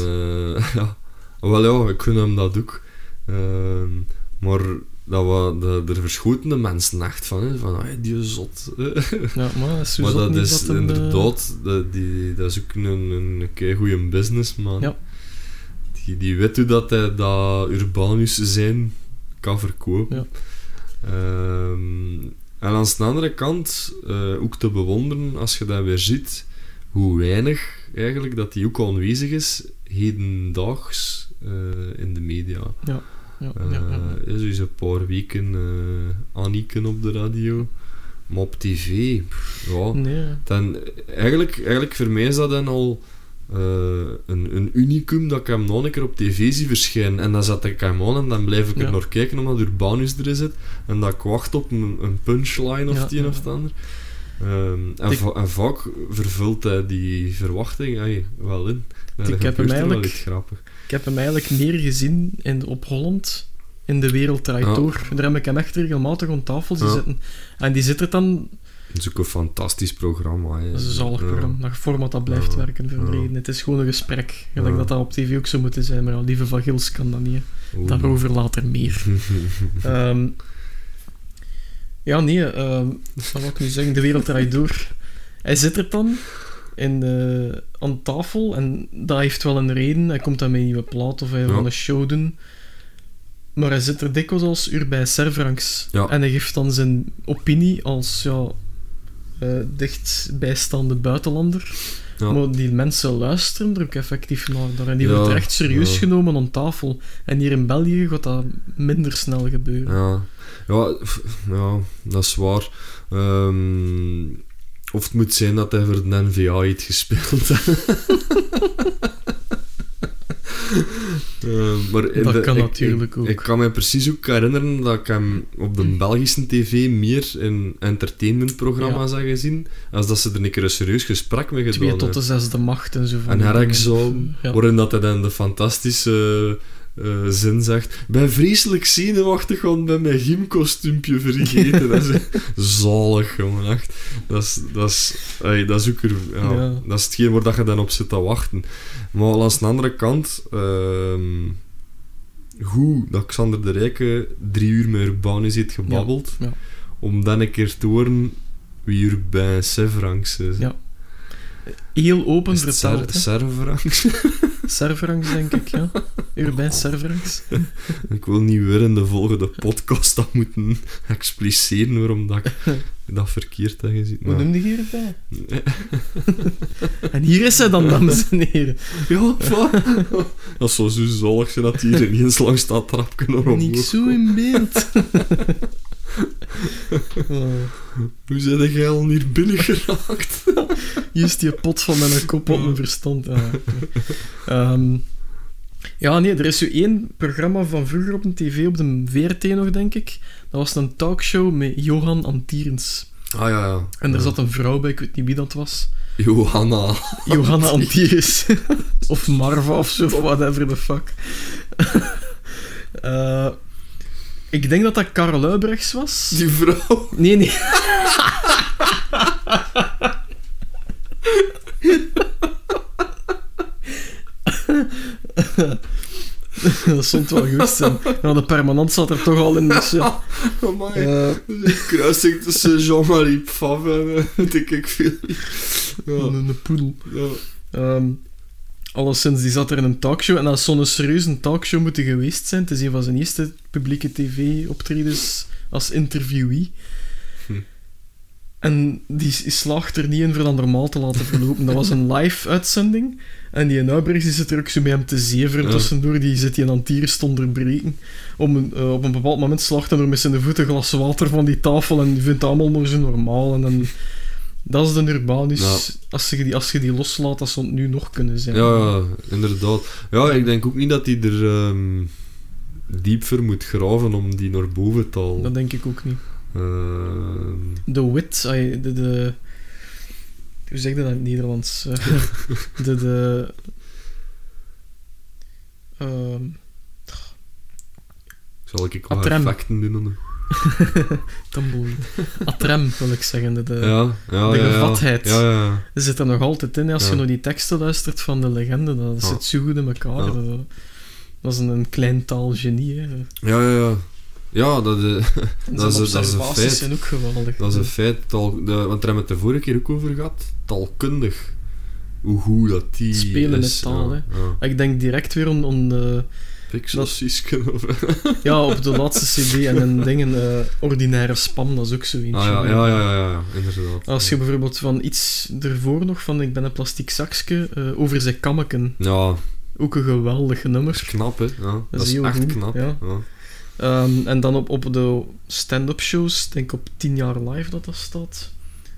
Ik gun hem dat ook. Maar er verschoten de mensen echt van, hè, van die is zot. Ja, maar dat is, maar dat niet is dat hem, inderdaad, dat is ook een goede businessman. Ja. Die weet hoe dat hij dat Urbanus zijn kan verkopen. Ja. En aan de andere kant ook te bewonderen als je dat weer ziet, hoe weinig eigenlijk dat die ook aanwezig is hedendaags in de media. Ja. Is een paar weken Anniken op de radio, maar op tv, dan, eigenlijk voor mij is dat dan al een unicum dat ik hem nog een keer op tv zie verschijnen. En dan zet ik hem aan en dan blijf ik er naar kijken omdat Urbanus erin zit en dat ik wacht op een punchline of het een of het ander. En vaak vervult hij die verwachting wel in. Ik heb hem eigenlijk meer gezien op Holland, in De Wereld Draait Door. Daar heb ik hem echt regelmatig aan tafel zitten. En die zit er dan... Dat is ook een fantastisch programma. Dat is een zalig programma. Dat format dat blijft werken voor reden. Het is gewoon een gesprek. Gelijk dat op tv ook zou moeten zijn. Maar Lieve van Gils kan dat niet. Daarover later meer. Wat wil ik nu zeggen? De Wereld Draait Door. Hij zit er dan aan tafel en dat heeft wel een reden. Hij komt dan met een nieuwe plaat of hij wil een show doen. Maar hij zit er dikwijls als Urbain Servranckx. Ja. En hij geeft dan zijn opinie als dichtbijstaande buitenlander. Ja. Maar die mensen luisteren er ook effectief naar. En die wordt er echt serieus genomen aan tafel. En hier in België gaat dat minder snel gebeuren. Ja, dat is waar. Of het moet zijn dat hij voor de NVA heeft gespeeld. Maar Dat kan natuurlijk ook. Ik kan me precies ook herinneren dat ik hem op de Belgische tv meer in entertainmentprogramma's heb gezien, als dat ze er een keer een serieus gesprek mee gedaan 2 tot de 6e macht en zo van. En die dingen. Herkzoon, Ja. waarin dat hij dan de fantastische zin zegt: ik ben vreselijk zenuwachtig, want ik ben mijn gymkostuumpje vergeten. Dat is zalig, jongen, echt. Dat is ook Ja. dat is hetgeen waar dat je dan op zit te wachten. Maar aan de andere kant, goed dat Xander de Rijke 3 uur met Urbanus heeft gebabbeld, Ja. om dan een keer te horen wie Urbain Severanx is. Ja. Heel open Is het verteld. hè. Severanx? Cerveranx, denk ik, ja. Urbain Cerveranx. Ik wil niet weer in de volgende podcast dat moeten expliceren waarom dat ik dat verkeerd heb gezien. Hoe noemde je hierbij? En hier is hij dan, dames en heren. Ja, dat zou zo zalig zijn dat hier ineens langs dat trapje naar omhoog Niet zo in beeld. Oh. Hoe zijn jij al hier binnen geraakt? Hier is die pot van mijn kop op mijn verstand. Ja, nee, er is zo 1 programma van vroeger op de tv, op de VRT nog, denk ik. Dat was een talkshow met Johan Antierens. Ah ja. En er zat een vrouw bij, ik weet niet wie dat was. Johanna. Johanna Antierens. Of Marva of zo, whatever the fuck. Ik denk dat Karel Uybrechts was. Die vrouw. Nee. Dat stond wel goed zijn. Ja, de permanent zat er toch al in. Dus, ja. Amai. Kruising tussen Jean-Marie Pfaff en weet ik veel. Ja. Een poedel. Ja. Alleszins, die zat er in een talkshow. En dat is zo'n serieuze talkshow moeten geweest zijn. Het is een van zijn eerste publieke tv-optredens als interviewee. En die slaagt er niet in voor dat normaal te laten verlopen. Dat was een live-uitzending. En die Uybrechts zit er ook zo met hem te zeveren tussendoor. Die zit die aan Antierens te onderbreken. Op een bepaald moment slaagt hij er met zijn voeten een glas water van die tafel. En die vindt het allemaal maar zo normaal. En dan... Dat is de Urbanus. Ja. Als je die loslaat, dat zou het nu nog kunnen zijn. Ja, inderdaad. Ja, ik denk ook niet dat hij er diep voor moet graven om die naar boven te halen. Dat denk ik ook niet. De wit, hoe zeg je dat in het Nederlands? Zal ik wat Atrem. effecten doen? Tumbleweed. Atrem, wil ik zeggen. De Ja. gevatheid. Ja. Er zit er nog altijd in. Als je Ja. naar die teksten luistert van de legende, dat zit zo goed in elkaar. Ja. Dat is een klein taalgenie. Hè. Ja. Ja, dat is een observaties feit. zijn ook geweldig. Dat is een feit. Want daar hebben we het de vorige keer ook over gehad. Taalkundig. Hoe goed dat die Spelen is. met taal, Ja. Ik denk direct weer om de... Pixelsysken of... Ja, op de laatste cd en een ding, ordinaire spam, dat is ook zo eentje. Ja, inderdaad. Als je bijvoorbeeld van iets ervoor nog, van ik ben een plastiek zakje, over zijn kammeken. Ja, Ook een geweldig nummer. dat is knap, hè. Ja, dat is heel echt goed, knap. ja. Ja. En dan op de stand-up shows, denk op 10 jaar live dat staat.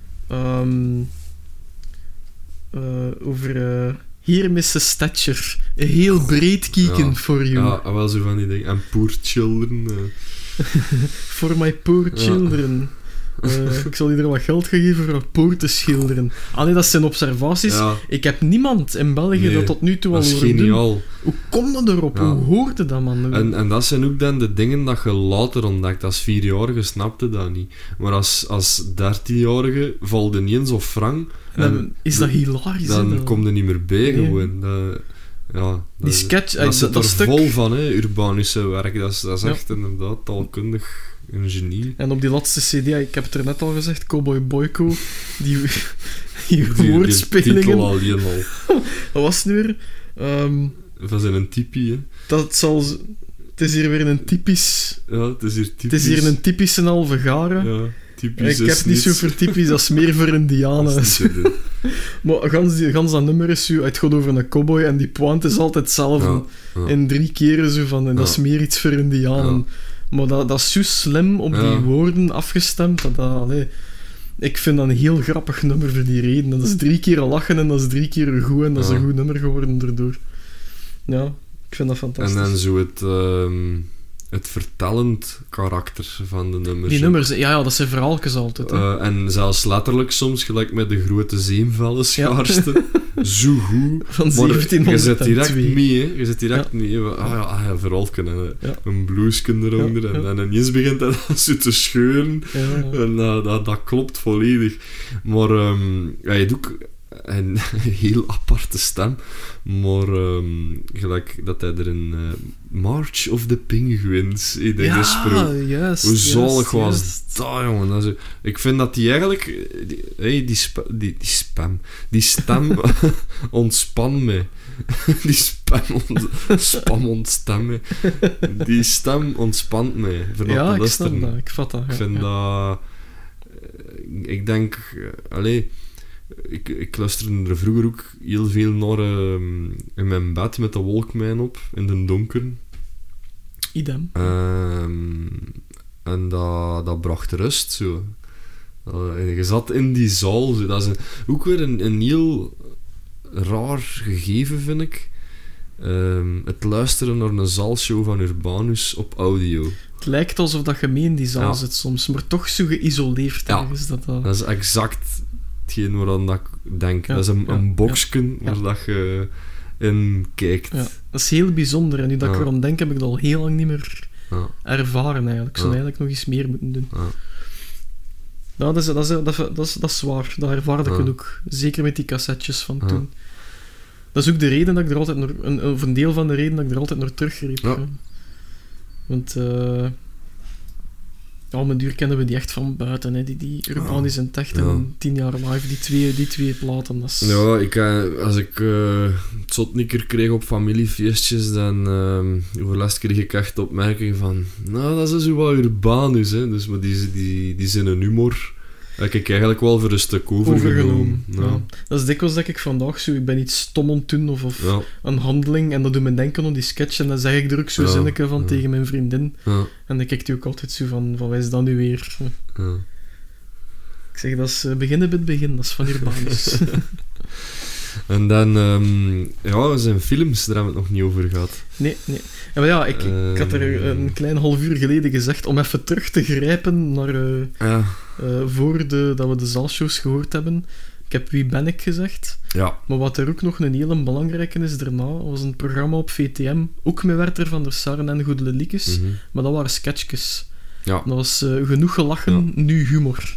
Over hier Mrs. Thatcher. Een heel breed kieken for you. Ja, wel zo van die dingen. En Poor Children. For my poor children. Ik zal iedereen wat geld gaan geven voor een poort te schilderen. Nee, dat zijn observaties. Ja. Ik heb niemand in België dat tot nu toe al Dat is horen doen. geniaal. Hoe kom je erop? Ja. Hoe hoorde dat, man? En dat zijn ook dan de dingen dat je later ontdekt. Als 4-jarige snapte dat niet. Maar als 13-jarige valt er niet eens op frank. Dan is dat hilarisch. Dan kom je niet meer bij, Nee. gewoon. Die sketch... Dat zit dat er stuk... vol van, hè, Urbanus werk. Dat is Ja. echt inderdaad taalkundig een genie. En op die laatste cd, ik heb het er net al gezegd, Cowboy Boyko, die Die woordspelingen... titel alleen al. Wat was het nu weer? Dat is een typie, hè. Het is hier weer een typisch... Ja, het is hier typisch. Het is hier een typische halve garen. Ja, typisch. Ik heb niet zo voor typisch, dat is meer voor Indianen. Dat is niet zo doen. Maar gans dat nummer is zo, het gaat over een cowboy en die pointe is altijd hetzelfde. Ja. In 3 keren zo van, en dat is meer iets voor Indianen. Ja. Maar dat is zo slim op die Ja. woorden afgestemd, allee, Ik vind dat een heel grappig nummer voor die reden. Dat is 3 keer lachen en dat is 3 keer goed en dat is een goed nummer geworden daardoor. Ja, ik vind dat fantastisch. En dan zo het vertellend karakter van de nummers. Die nummers, ja, dat zijn verhaaltjes altijd. Hè. En zelfs letterlijk soms, gelijk met de grote zeemvellen schaarste. Zo goed. Van Maar 1702. je zit direct mee, hè. Je zit direct mee. Hè. Verhalken. Een bluesken eronder. En dan ineens begint hij dat zo te scheuren. Ja. En dat klopt volledig. Maar hij heeft ook een heel aparte stem. Maar gelijk dat hij er een March of the Penguins in gesproken. Juist. Hoe zalig was dat, jongen. Dat is, ik vind dat die eigenlijk... Die stem ontspan me. Die spam ontspan me. Die stem ontspant mij. Ja, ik snap dat. Ik vat dat. Ik vind dat... Ik denk... Ik luisterde er vroeger ook heel veel naar in mijn bed met de Walkman op, in de donker. Idem. En dat bracht rust, zo. En je zat in die zaal, zo. Dat is ook weer een heel raar gegeven, vind ik. Het luisteren naar een zaalshow van Urbanus op audio. Het lijkt alsof dat je mee in die zaal zit soms, maar toch zo geïsoleerd ergens. Dat is exact hetgeen waaraan dat ik denk. Dat is een boxken waar dat je in kijkt. Ja. Dat is heel bijzonder. En nu dat ik erom denk, heb ik dat al heel lang niet meer ervaren eigenlijk. Ik zou eigenlijk nog eens meer moeten doen. Ja, dat is waar. Dat ervaarde ik ook. Zeker met die cassettes van toen. Dat is ook de reden dat ik er altijd of een deel van de reden dat ik er altijd naar teruggreep. Ja. Want op een duur kennen we die echt van buiten. Hè. Die Urbanus en Techt en 10 jaar live, die twee platen. Dat is... Ja, als ik het zotnikker kreeg op familiefeestjes, dan overlast kreeg ik echt opmerking van dat is zo wat Urbanus, hè. Dus, maar die zijn een humor heb ik eigenlijk wel voor een stuk overgenomen. Ja. Dat is dikwijls dat ik vandaag zo, ik ben iets stom aan het doen of een handeling en dat doet me denken aan die sketch en dan zeg ik er ook zo'n zinnetje van tegen mijn vriendin. Ja. En dan kijkt hij ook altijd zo van wat is dat nu weer? Ja. Ik zeg, dat is beginnen bij het begin, dat is van Urbanus. En dan, zijn films, daar hebben we het nog niet over gehad. Nee. Ja, maar ik had er een klein half uur geleden gezegd om even terug te grijpen naar dat we de zaalshows gehoord hebben. Ik heb Wie ben ik gezegd. Ja. Maar wat er ook nog een hele belangrijke is daarna, was een programma op VTM, ook met Werther van der Sarren en Goedele Liekes, maar dat waren sketchjes. Ja. Dat was genoeg gelachen, nu humor.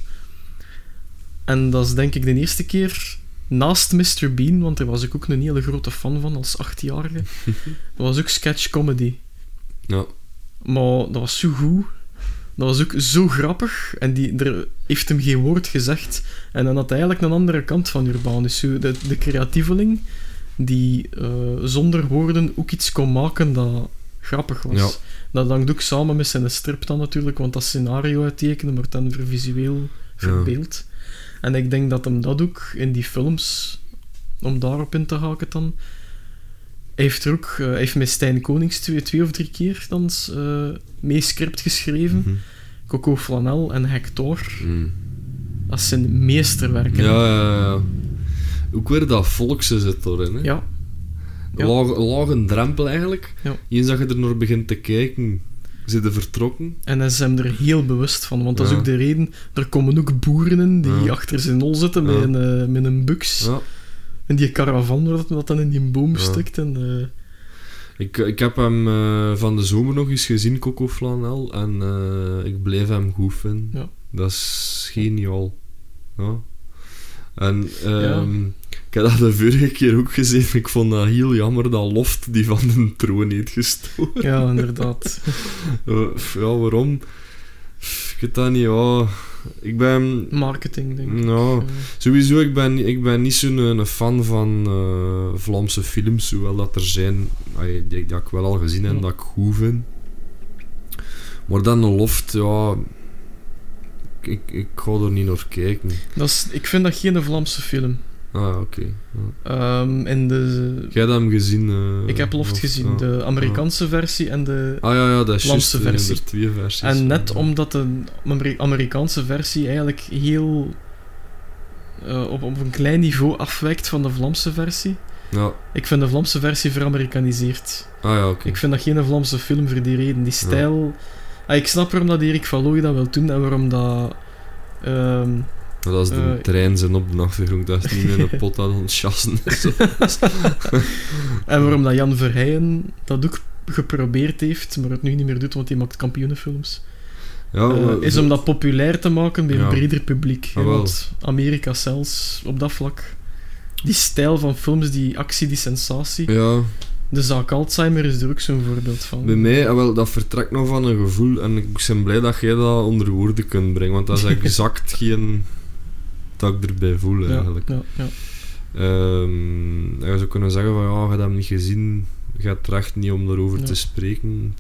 En dat is denk ik de eerste keer... Naast Mr. Bean, want daar was ik ook een hele grote fan van als 8-jarige. Dat was ook sketch comedy. Ja. Maar dat was zo goed. Dat was ook zo grappig. En er heeft hem geen woord gezegd. En dan had hij eigenlijk een andere kant van Urbanus. De creatieveling die zonder woorden ook iets kon maken dat grappig was. Ja. Dat hangt ook samen met zijn strip dan natuurlijk, want dat scenario uittekenen wordt dan visueel verbeeld. Ja. En ik denk dat hem dat ook in die films, om daarop in te haken dan, hij heeft met Stijn Konings 2 of 3 keer dan mee script geschreven. Coco Flanel en Hector. Dat zijn meesterwerken. Ja. Ook weer dat volkse zit erin, hè? Ja. Lage drempel eigenlijk. Ja. Eens dat je er naar begint te kijken... Ze zijn vertrokken. En hij is hem er heel bewust van, want dat is ook de reden. Er komen ook boeren in die achter zijn nol zitten met een buks. Ja. En die caravan dat dan in die boom stikt. En, Ik heb hem van de zomer nog eens gezien, Coco Flanel, en ik bleef hem goed vinden. Ja. Dat is geniaal. Ja. En ik heb dat de vorige keer ook gezien. Ik vond dat heel jammer dat Loft die van de troon heeft gestolen. Ja, inderdaad. Waarom? Ik weet dat niet. Ik ben... Marketing, denk ik. Nou, sowieso, ik ben niet zo'n fan van Vlaamse films, hoewel dat er zijn die ik wel al gezien heb en dat ik goed vind. Maar dan Loft, ik ga er niet naar kijken. Ik vind dat geen Vlaamse film. Ah, oké. Ja. Jij hebt hem gezien? Ik heb Loft gezien. De Amerikaanse versie en de dat is Vlaamse versie. Er 2 versies. En net omdat de Amerikaanse versie eigenlijk heel op een klein niveau afwijkt van de Vlaamse versie. Ja. Ik vind de Vlaamse versie veramerikaniseerd. Ah ja, oké. Ik vind dat geen Vlaamse film voor die reden. Die stijl... Ik snap waarom dat Erik van Looy dat wil doen en waarom dat... Maar dat is de trein zijn op de achtergrond, dat is niet in een pot aan ons chassen. En waarom dat Jan Verheyen dat ook geprobeerd heeft, maar het nu niet meer doet, want hij maakt kampioenenfilms. Ja, is om dat populair te maken bij een breder publiek. Ah, want Amerika zelfs, op dat vlak... Die stijl van films, die actie, die sensatie... Ja. De zaak Alzheimer is er ook zo'n voorbeeld van. Bij mij, dat vertrekt nog van een gevoel en ik ben blij dat jij dat onder woorden kunt brengen, want dat is exact geen dat ik erbij voel eigenlijk. Ja. Je zou kunnen zeggen van je hebt hem niet gezien, je hebt er echt niet om daarover te spreken.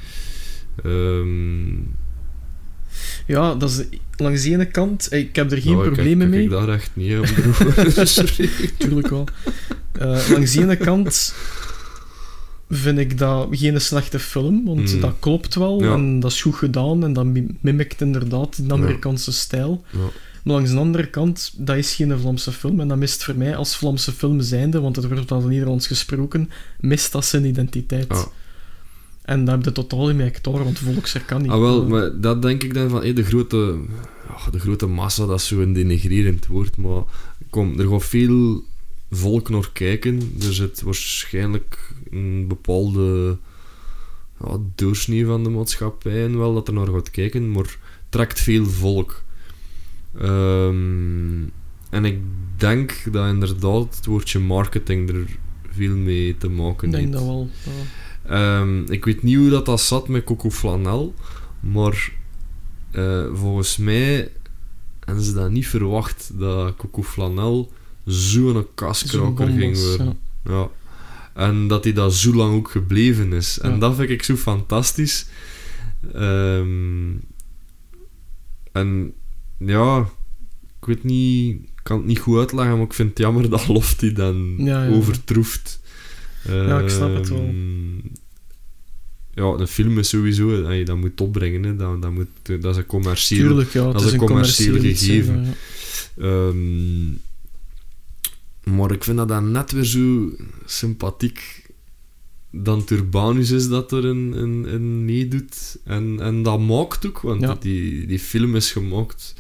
Ja, dat is langs de ene kant... Ik heb er geen problemen mee. Ik daar echt niet om erover te spreken. Tuurlijk wel. Langs de ene kant vind ik dat geen slechte film, want dat klopt wel en dat is goed gedaan en dat mimikt inderdaad de Amerikaanse stijl. Ja. Maar langs de andere kant, dat is geen Vlaamse film en dat mist voor mij als Vlaamse film zijnde, want het wordt al Nederlands gesproken, mist dat zijn identiteit. Ja. En dat heb je totaal in mijn hectare, want volksser kan niet. Ah wel, maar dat denk ik dan van de grote massa, dat is zo'n denigrerend woord, maar kom, er gaat veel volk naar kijken. Er zit waarschijnlijk een bepaalde doorsnee van de maatschappij en wel dat er naar gaat kijken, maar trekt veel volk. En ik denk dat inderdaad het woordje marketing er veel mee te maken heeft. Ik denk dat wel, ik weet niet hoe dat zat met Coco Flanel, maar volgens mij hebben ze dat niet verwacht dat Coco Flanel zo'n kaskraker ging worden. Ja. En dat hij dat zo lang ook gebleven is. En dat vind ik zo fantastisch. En ja, ik weet niet, ik kan het niet goed uitleggen, maar ik vind het jammer dat Lofty dan overtroeft. Ik snap het wel. Ja, een film is sowieso, dat moet opbrengen, hè. Dat is een commercieel, tuurlijk, dat is een commercieel gegeven. Maar ik vind dat dan net weer zo sympathiek dan Turbanus is dat er in meedoet. En dat maakt ook, want die film is gemaakt...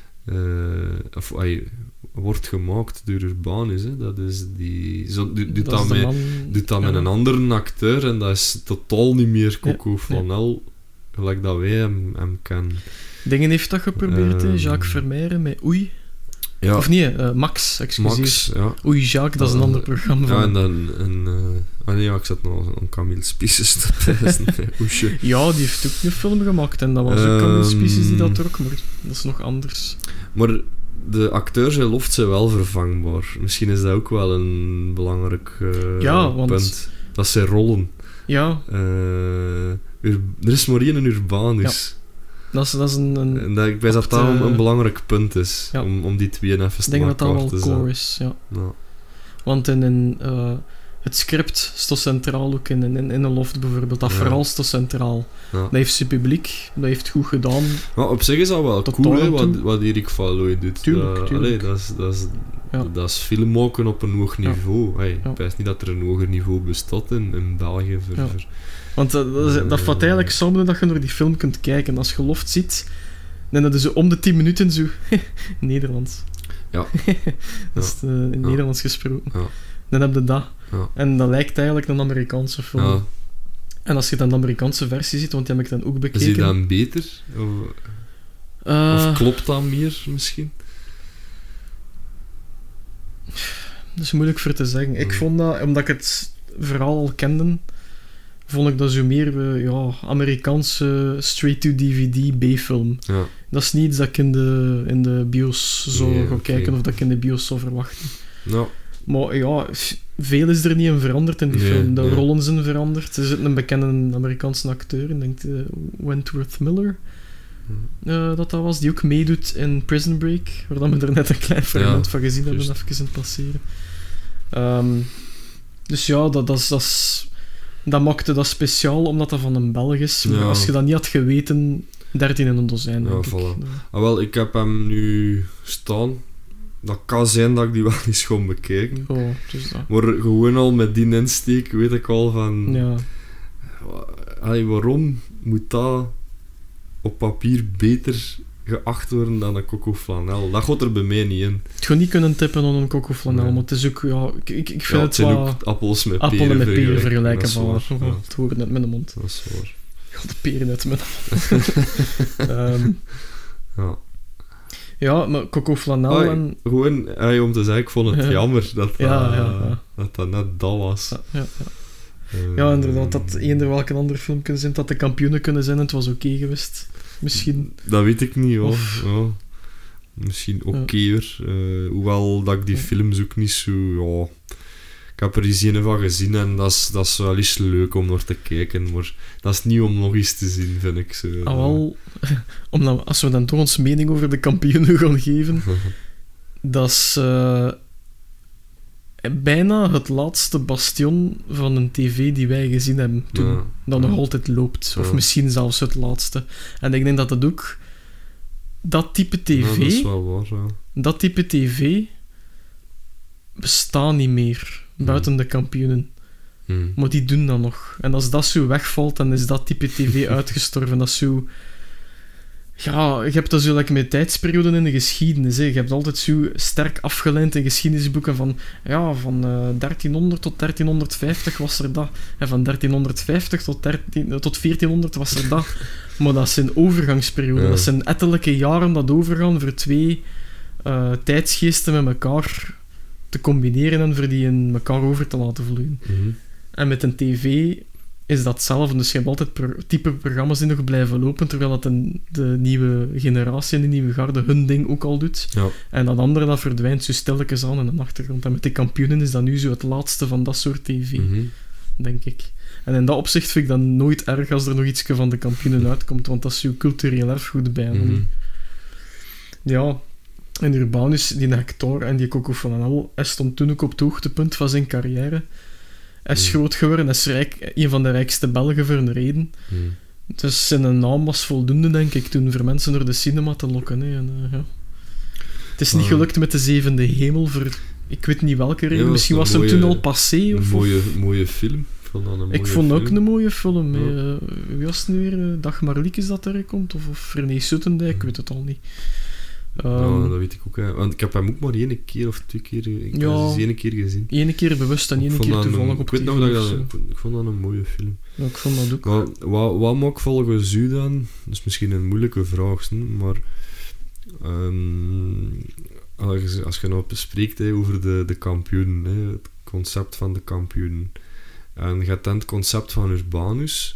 wordt gemaakt door Urbanus. Hè. Dat is die... Doet dat met een andere acteur en dat is totaal niet meer Coco Flanel gelijk dat wij hem kennen. Dingen heeft dat geprobeerd, Jacques Vermeijren met Oei. Ja. Of nee, Max, excuseer. Max, ja. Oei, Jacques, dat is een ander programma. Ja, en dan... ik zat nog aan Camille Spices te pijzen. Ja, die heeft ook een film gemaakt en dat was ook Camille Spices die dat trok, maar dat is nog anders. Maar de acteurs in Loft zijn wel vervangbaar. Misschien is dat ook wel een belangrijk punt. Dat zijn rollen. Ja. Er is maar één Urbanus. Ja. Dat is een ik weet dat dat een belangrijk punt is, om die twee even te maken. Ik denk dat dat wel core is, ja. Want in het script staat centraal ook in een Loft bijvoorbeeld. Dat verhaal staat centraal. Ja. Dat heeft zijn publiek, dat heeft goed gedaan. Maar op zich is dat wel cool, hè, wat Erik van Looy doet. Tuurlijk. Dat is film maken op een hoog niveau. Ik weet niet dat er een hoger niveau bestaat in België. Want dat vat eigenlijk samen dat je door die film kunt kijken. Als je Loft ziet, dan dat is om de 10 minuten zo... Nederlands. Ja. Dat is in Nederlands gesproken. Ja. Dan heb je dat. Ja. En dat lijkt eigenlijk een Amerikaanse film. Ja. En als je dan de Amerikaanse versie ziet, want die heb ik dan ook bekeken... Is die dan beter? Of klopt dat meer, misschien? Dat is moeilijk voor te zeggen. Ik vond dat, omdat ik het verhaal al kende, vond ik dat zo meer Amerikaanse straight-to-DVD B-film. Ja. Dat is niet iets dat ik in de bios zou gaan kijken of dat ik in de bios zou verwachten. Ja. Maar ja, veel is er niet in veranderd in die film. De rollen zijn veranderd. Er zit een bekende Amerikaanse acteur, ik denk Wentworth Miller, dat was, die ook meedoet in Prison Break, waar we er net een klein fragment van gezien hebben, even in het passeren. Dus ja, dat maakte dat speciaal, omdat dat van een Belg is. Maar als je dat niet had geweten, 13 in een dozijn, denk ik. Voilà. Wel, ik heb hem nu staan dat kan zijn dat ik die wel eens gewoon bekijken. Oh, dus dat. Maar gewoon al met die insteek weet ik al van... Ja. Allee, waarom moet dat op papier beter geacht worden dan een Coco Flanel? Dat gaat er bij mij niet in. Het gaat niet kunnen tippen aan een Coco Flanel, Nee. maar het is ook... Ja, ik vind Ja, het zijn wel... ook appels met Appelen peren met peren vergelijken. vergelijken. Dat is Van, waar, ja. Het hoort net met de mond. Dat is waar. Ik had de peren uit mijn mond. Ja. Ja, maar Coco Flanel en... Gewoon, om te zeggen, ik vond het Ja. jammer dat Ja. dat net dat was. Ja. Ja, inderdaad, dat eender welke andere film kunnen zijn, dat de kampioenen kunnen zijn en het was oké geweest. Misschien. Dat weet ik niet, hoor. Of- Ja. Misschien okéer. Hoewel dat ik die films ook niet zo... Ja, ik heb er eens een van gezien en dat is wel eens leuk om naar te kijken, maar dat is niet om nog eens te zien, vind ik zo. Wel, omdat als we dan toch ons mening over de kampioenen gaan geven, dat is bijna het laatste bastion van een tv die wij gezien hebben toen. Ja. Dat nog altijd loopt. Of Ja. misschien zelfs het laatste. En ik denk dat dat ook... Dat type tv... Ja, dat is wel waar, ja. Dat type tv bestaat niet meer buiten de kampioenen. Maar die doen dat nog. En als dat zo wegvalt, dan is dat type tv uitgestorven. Dat is zo... Ja, je hebt dat zo like met tijdsperioden in de geschiedenis. Hè. Je hebt altijd zo sterk afgeleid in geschiedenisboeken van... Ja, van 1300 tot 1350 was er dat. En van 1350 tot 1400 was er dat. Maar dat zijn overgangsperioden. Ja. Dat zijn ettelijke jaren dat overgaan voor twee tijdsgeesten met elkaar te combineren en voor die in elkaar over te laten vloeien. En met een tv is dat hetzelfde. Dus je hebt altijd type programma's die nog blijven lopen, terwijl dat de nieuwe generatie en de nieuwe garde hun ding ook al doet. Ja. En dat andere, dat verdwijnt zo stilletjes aan in de achtergrond. En met de kampioenen is dat nu zo het laatste van dat soort tv, denk ik. En in dat opzicht vind ik dat nooit erg als er nog iets van de kampioenen uitkomt, want dat is zo cultureel erfgoed bijna nu. Ja, en Urbanus, die Hector en die Coco Flanel, hij stond toen ook op het hoogtepunt van zijn carrière. Hij is groot geworden, hij is een van de rijkste Belgen voor een reden. Dus zijn naam was voldoende, denk ik, toen voor mensen door de cinema te lokken. Hè. En, ja. Het is niet gelukt met de Zevende Hemel, voor ik weet niet welke reden. Ja, Misschien was hem toen al passé. Of, mooie film. ik vond ook een mooie film. Ja. Wie was het nu weer? Dagmar Liekes dat erin komt? Of René Suttendijk? Ik weet het al niet. Ja, dat weet ik ook. Hè. Want ik heb hem ook maar 1 keer of 2 keer... Ik heb hem eens 1 keer gezien. 1 keer bewust en 1 keer toevallig op Ik weet TV nog dat of zo. ik vond dat een mooie film. Ja, ik vond dat ook. Wat maakt volgens u dan... Dat is misschien een moeilijke vraag, maar... als je nou bespreekt over de kampioen, het concept van de kampioen, en je hebt dan het concept van Urbanus,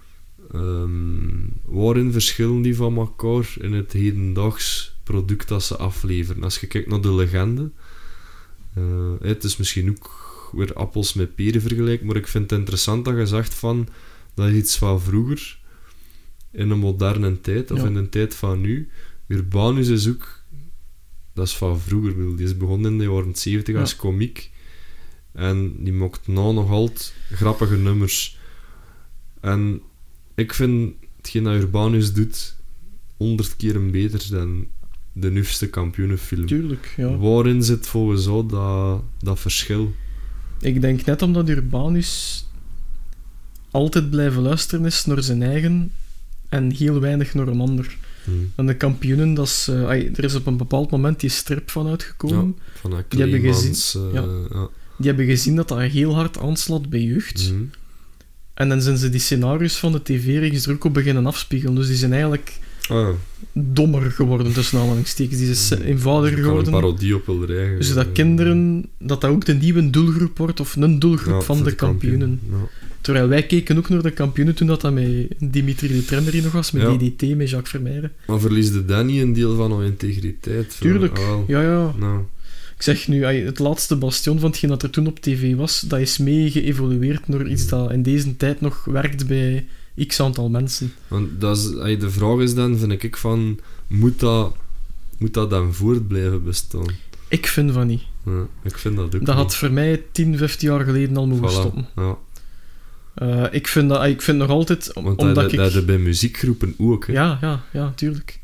waarin verschillen die van elkaar in het hedendaags product dat ze afleveren? Als je kijkt naar de legende, het is misschien ook weer appels met peren vergelijken, maar ik vind het interessant dat je zegt van dat is iets van vroeger in een moderne tijd, of in de tijd van nu. Urbanus is ook, dat is van vroeger, die is begonnen in de jaren 70 als komiek en die maakt nou nog altijd grappige nummers. En ik vind hetgeen dat Urbanus doet 100 keer beter dan de nieuwste kampioenenfilm. Tuurlijk, ja. Waarin zit volgens jou dat verschil? Ik denk net omdat Urbanus altijd blijven luisteren is naar zijn eigen en heel weinig naar een ander. En de kampioenen, dat is, er is op een bepaald moment die strip van uitgekomen. Ja, van die hebben gezien, ja. Die hebben gezien dat dat heel hard aanslaat bij jeugd. En dan zijn ze die scenario's van de tv-reeks er ook op beginnen afspiegelen. Dus die zijn eigenlijk dommer geworden, tussen aanhalingstekens. Die zijn eenvoudiger geworden. Een parodie op wil rijgen. Dus dat kinderen, dat ook de nieuwe doelgroep wordt, of een doelgroep van de kampioenen. Ja. Terwijl wij keken ook naar de kampioenen toen dat met Dimitri de Trennery nog was, met Ja. DDT, met Jacques Vermeijden. Maar verliesde Danny een deel van haar integriteit? Tuurlijk, ja. Nou. Ik zeg nu, het laatste bastion van hetgeen dat er toen op tv was, dat is mee geëvolueerd naar iets dat in deze tijd nog werkt bij x aantal mensen. Want dat is, de vraag is dan, vind ik, van moet dat dan voort blijven bestaan? Ik vind van niet. Ja, ik vind dat ook Dat niet. had voor mij 10, 15 jaar geleden al moeten stoppen. Ja. Ik vind nog altijd... Want omdat dat bij muziekgroepen ook. Hè. Ja, tuurlijk.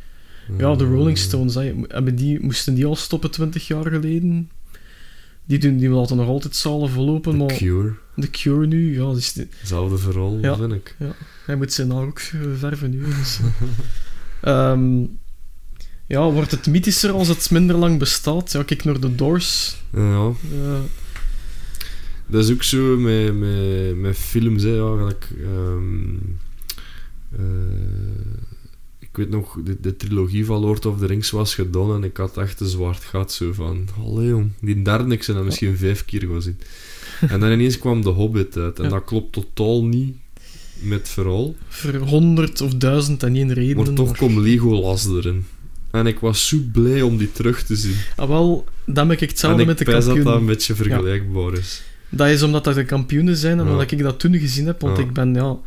Ja, de Rolling Stones, hè. Moesten die al stoppen 20 jaar geleden? Die laten nog altijd zalen vollopen, The maar... Cure. The Cure nu, ja. Hetzelfde verhaal, Ja. vind ik. Ja, hij moet zijn haar ook verven nu. Dus. Ja, wordt het mythischer als het minder lang bestaat? Ja, kijk naar de Doors. Ja. Dat is ook zo met films, hè. Ja, gelijk, ik weet nog, de trilogie van Lord of the Rings was gedaan en ik had echt een zwart gat zo van... Allee, jong, die derde, ik zou dat misschien 5 keer gaan zien. En dan ineens kwam The Hobbit uit. En dat klopt totaal niet met het verhaal. Voor 100 of 1001 redenen. Maar toch kwam Legolas erin. En ik was zo blij om die terug te zien. Ah, wel, dan ben ik hetzelfde en met de ik pijs dat kampioenen. dat een beetje vergelijkbaar is. Dat is omdat dat de kampioenen zijn en Ja. omdat ik dat toen gezien heb. Want Ja. ik ben,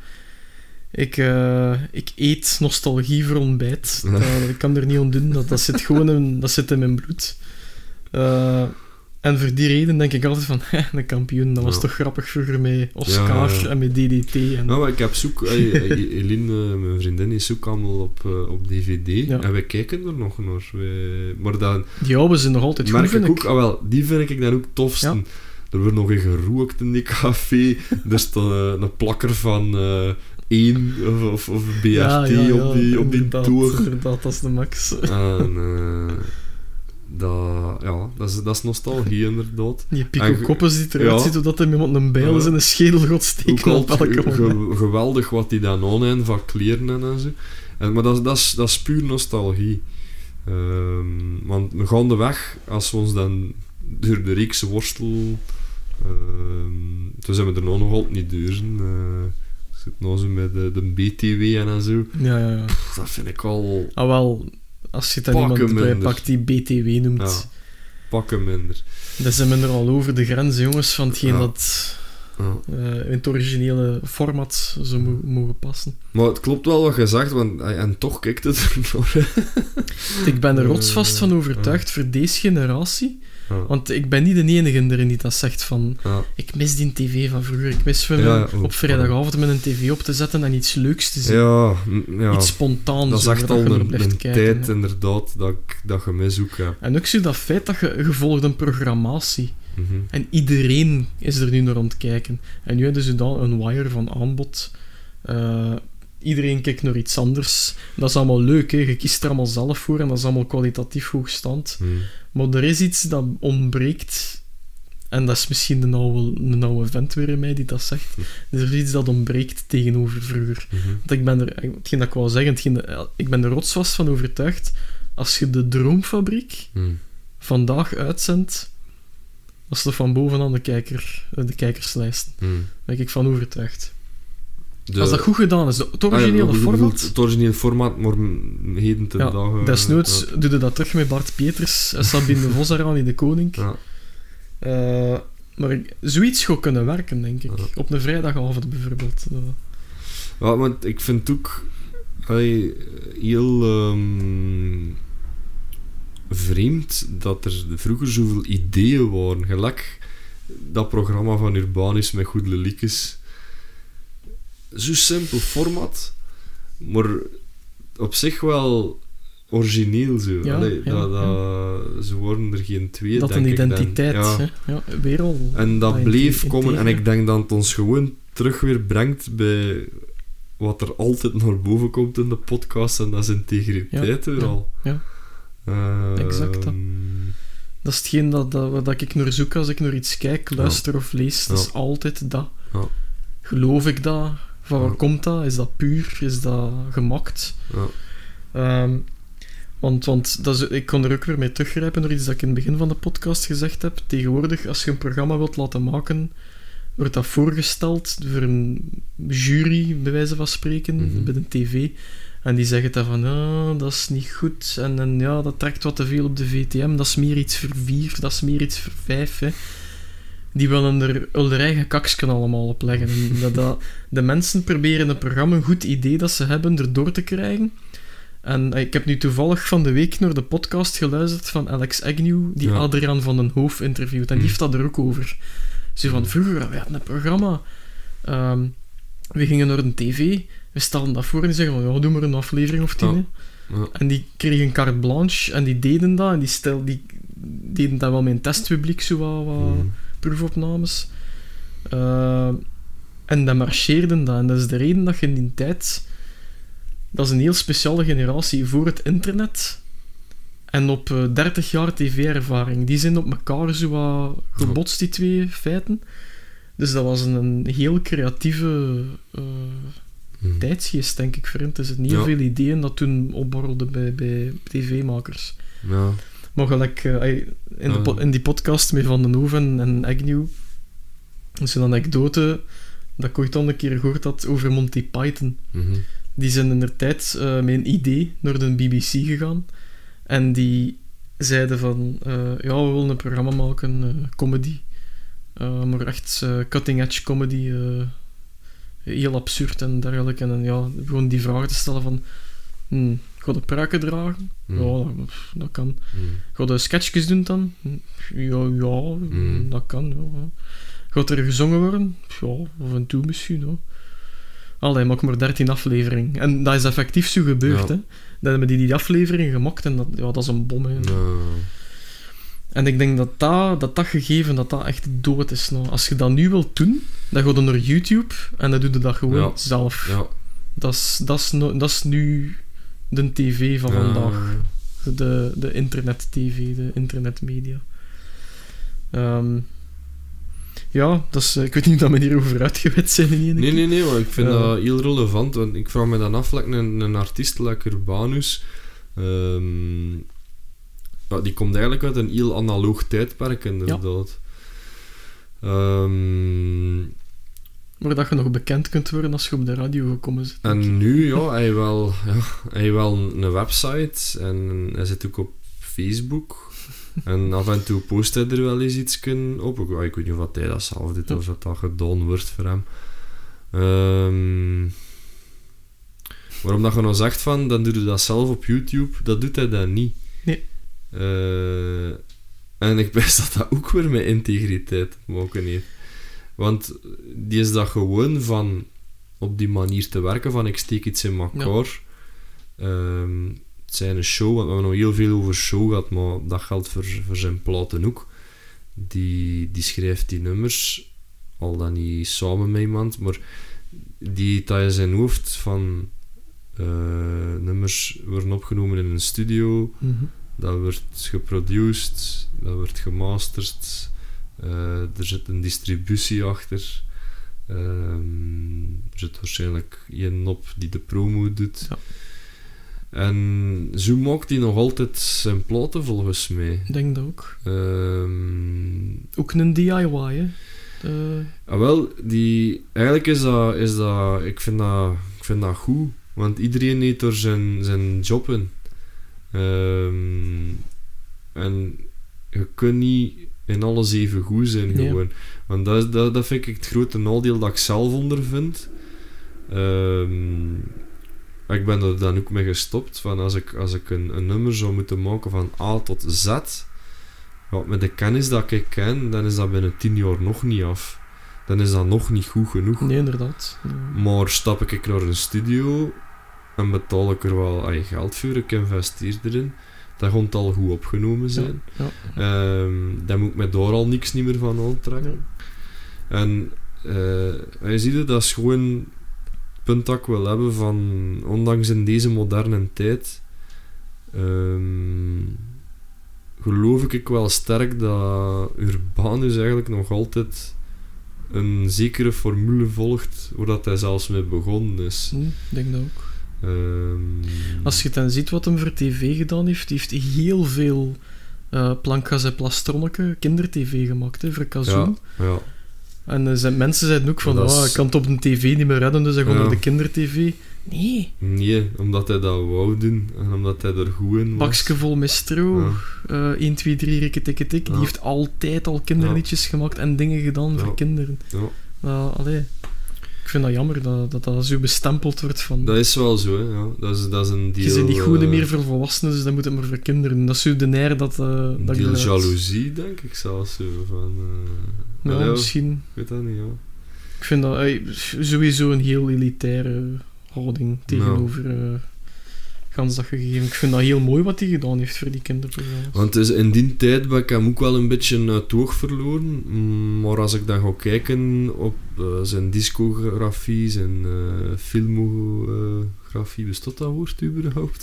ik eet nostalgie voor ontbijt. Ik kan er niet aan doen. Dat zit gewoon dat zit in mijn bloed. En voor die reden denk ik altijd van, de kampioen, dat was Ja. toch grappig vroeger met Oscar en met DDT. En... Ja, maar ik heb zoek... Eline, mijn vriendin, is ook allemaal op DVD. Ja. En wij kijken er nog naar. Maar dan Die oude zijn nog altijd goed, merk vind ik ik. ook... die vind ik dan ook tofsten. Ja. Er wordt nog in gerookt in die café. Er staat een plakker van 1 of BRT op die inderdaad, toer. inderdaad, dat is de max. En dat is nostalgie, inderdaad. Die Pico Koppes die eruit Ja. ziet, doordat hij iemand een bijl in een schedel gaat Ook steken op altijd elke moment. geweldig wat die dan aan hebben van kleren en zo. Maar dat is puur nostalgie. Want we gaan de weg, als we ons dan door de reeks worstelen... toen zijn we er nog altijd niet door. Ik zit nou zo met de BTW en zo. Ja. Dat vind ik al Ah, wel, als je dan Pakken iemand bij minder. pakt die BTW noemt, Ja. pakken minder. dan zijn we er al over de grens, jongens, van hetgeen Ja. dat Ja. in het originele format zou mogen passen. Maar het klopt wel wat je zegt, want, en toch kijkt het er nog. Ik ben er rotsvast van overtuigd voor deze generatie, Ja. want ik ben niet de enige erin die dat zegt van Ja. ik mis die tv van vroeger, ik mis van Ja, op vrijdagavond met een tv op te zetten en iets leuks te zien. Ja, Iets spontaans. dat is zo, echt waar al je naar een blijft kijken, tijd, hè. inderdaad, dat je mis ook hebt. En ook zo dat feit dat je volgt een programmatie. Mhm. En iedereen is er nu naar aan het kijken. En nu hebben ze dan een wire van aanbod. Iedereen kijkt naar iets anders. Dat is allemaal leuk, hè. Je kiest er allemaal zelf voor en dat is allemaal kwalitatief hoogstand. Mhm. Maar er is iets dat ontbreekt. En dat is misschien een oude vent weer in mij die dat zegt. Er is iets dat ontbreekt tegenover vroeger. Mhm. Want ik ben hetgeen dat ik wou zeggen, ik ben er rotsvast van overtuigd. Als je de Droomfabriek Mhm. vandaag uitzendt, dat is toch van bovenaan de kijkerslijst. Mhm. Daar ben ik van overtuigd. De- Als dat goed gedaan is, het originele je bedoelt format... Het originele format, maar heden ten Ja, dagen... desnoods doe je dat terug met Bart Peters en Sabine de Vos eraan in De Koning. Ja. Maar zoiets zou kunnen werken, denk ik. Ja. Op een vrijdagavond bijvoorbeeld. Ja, want ik vind ook heel vreemd dat er vroeger zoveel ideeën waren. Gelijk dat programma van Urbanus met Goed Leliekes. Zo simpel format, maar op zich wel origineel zo. Ja, Allee, ja, ze worden er geen twee, Dat denk een ik dan. identiteit, Ja. hè. Ja, weer al... En dat in bleef komen. En tegen. ik denk dat het ons gewoon terug weer brengt bij wat er altijd naar boven komt in de podcast. En dat is integriteit weer al. ja. Exact dat. Dat is hetgeen dat ik naar zoek als ik naar iets kijk, luister of lees. Dat is Ja. altijd dat. Ja. Geloof ik dat? Van waar Ja. komt dat? Is dat puur? Is dat gemaakt? Ja. Want dat is, ik kon er ook weer mee teruggrijpen door iets dat ik in het begin van de podcast gezegd heb. Tegenwoordig, als je een programma wilt laten maken, wordt dat voorgesteld door een jury, bij wijze van spreken, Mhm. bij de tv. En die zeggen dan van, dat is niet goed. En ja, dat trekt wat te veel op de VTM. Dat is meer iets voor 4, dat is meer iets voor 5. Hè. Die willen er hun eigen kaksken allemaal op leggen. En de mensen proberen een programma, een goed idee dat ze hebben, erdoor te krijgen. En ik heb nu toevallig van de week naar de podcast geluisterd van Alex Agnew, die Ja. Adriaan van den Hoof interviewt. En die heeft dat er ook over. Ze van, vroeger, we hadden een programma. We gingen naar een tv, we stelden dat voor en die zeggen van, ja, doe maar een aflevering of 10. Ja. Hè. Ja. En die kregen carte blanche en die deden dat. En die deden dat wel met een testpubliek, zo wat proefopnames. En dat marcheerden dat. En dat is de reden dat je in die tijd... Dat is een heel speciale generatie voor het internet. En op 30 jaar tv-ervaring. Die zijn op elkaar zo wat gebotst, die twee feiten. Dus dat was een heel creatieve tijdsgeest, denk ik, voor hen. Er zitten heel veel ideeën dat toen opborrelden bij tv-makers. Ja. Maar gelijk in die podcast met Van den Hoven en Agnew, dus een anekdote dat ik ooit al een keer gehoord had over Monty Python. Mhm. Die zijn inderdaad met een idee naar de BBC gegaan. En die zeiden van... we willen een programma maken, comedy. Maar echt cutting-edge comedy. Heel absurd en dergelijke. En gewoon die vraag te stellen van... Ga je pruiken dragen? Ja, dat kan. Ga je sketchjes doen dan? Ja, dat kan. Ja. Gaat er gezongen worden? Ja, af en toe misschien. Ja. Allee, maak maar 13 afleveringen. En dat is effectief zo gebeurd. Ja. Hè. Dan hebben die aflevering gemaakt en dat is een bom. Hè. Ja. En ik denk dat gegeven dat echt dood is. Nou. Als je dat nu wilt doen, dan ga je naar YouTube en dan doe je dat gewoon zelf. Ja. Dat is nu de tv van vandaag. De internet-tv, de internetmedia. Dat is, ik weet niet of we hierover uitgewet zijn in één keer. Nee, maar ik vind dat heel relevant. Want ik vraag me dan af, een artiest like Urbanus, die komt eigenlijk uit een heel analoog tijdperk, inderdaad. Maar dat je nog bekend kunt worden als je op de radio gekomen zit. En nu, hij heeft wel een website en hij zit ook op Facebook. En af en toe post hij er wel eens iets op. Ik weet niet of hij dat zelf doet of dat gedaan wordt voor hem. Maar omdat je nou zegt van, dan doe je dat zelf op YouTube, dat doet hij dan niet. Nee. En ik wijs dat ook weer met integriteit te maken heeft. Want die is dat gewoon van op die manier te werken, van ik steek iets in elkaar. Het zijn een show, want we hebben nog heel veel over show gehad, maar dat geldt voor zijn platen ook. Die schrijft die nummers, al dan niet samen met iemand, maar die dat in zijn hoofd van nummers worden opgenomen in een studio, dat wordt geproduced, dat wordt gemasterd, er zit een distributie achter, er zit waarschijnlijk iemand op die de promo doet. Ja. En zo maakt hij nog altijd zijn platen volgens mij. Ik denk dat ook. Ook een DIY, hè? Eigenlijk is dat ik vind dat goed, want iedereen heeft er zijn job in. En je kunt niet in alles even goed zijn, gewoon. Want dat vind ik het grote nadeel dat ik zelf ondervind. Ik ben er dan ook mee gestopt, van als ik een nummer zou moeten maken van A tot Z, met de kennis dat ik ken, dan is dat binnen 10 jaar nog niet af. Dan is dat nog niet goed genoeg. Nee, inderdaad. Nee. Maar stap ik naar een studio en betaal ik er wel geld voor, ik investeer erin, dan gaat het al goed opgenomen zijn. Dan moet ik me daar al niks niet meer van aantrekken. Ja. En je ziet het, dat is gewoon punt dat ik wil hebben van, ondanks in deze moderne tijd, geloof ik wel sterk dat Urbanus eigenlijk nog altijd een zekere formule volgt, waar dat hij zelfs mee begonnen is. Ik denk dat ook. Als je dan ziet wat hem voor tv gedaan heeft, hij heeft heel veel Plankgas en Plastronneke kindertv gemaakt, hè, voor Kazoen. Ja. En mensen zeiden ook van, ik kan het op de tv niet meer redden, dus hij gaat naar de kindertv. Nee, omdat hij dat wou doen en omdat hij er goed in was. Bakske vol met stro, 1, 2, 3, rikketikketik. Die heeft altijd al kinderliedjes gemaakt en dingen gedaan voor kinderen. Ik vind dat jammer dat zo bestempeld wordt van... Dat is wel zo, hè. Ja. Dat is een deel... Je bent niet goed meer voor volwassenen, dus dat moet het maar voor kinderen. Dat is zo de neer dat... Een deel jaloezie, denk ik zelfs. Zo, van, misschien. Ik weet dat niet, ja. Ik vind dat sowieso een heel elitaire houding tegenover gans dat gegeven. Ik vind dat heel mooi wat hij gedaan heeft voor die kinderprogramma's. Want dus in die tijd ben ik hem ook wel een beetje uit het oog verloren. Maar als ik dan ga kijken op zijn discografie, zijn filmografie, bestaat dat woord überhaupt?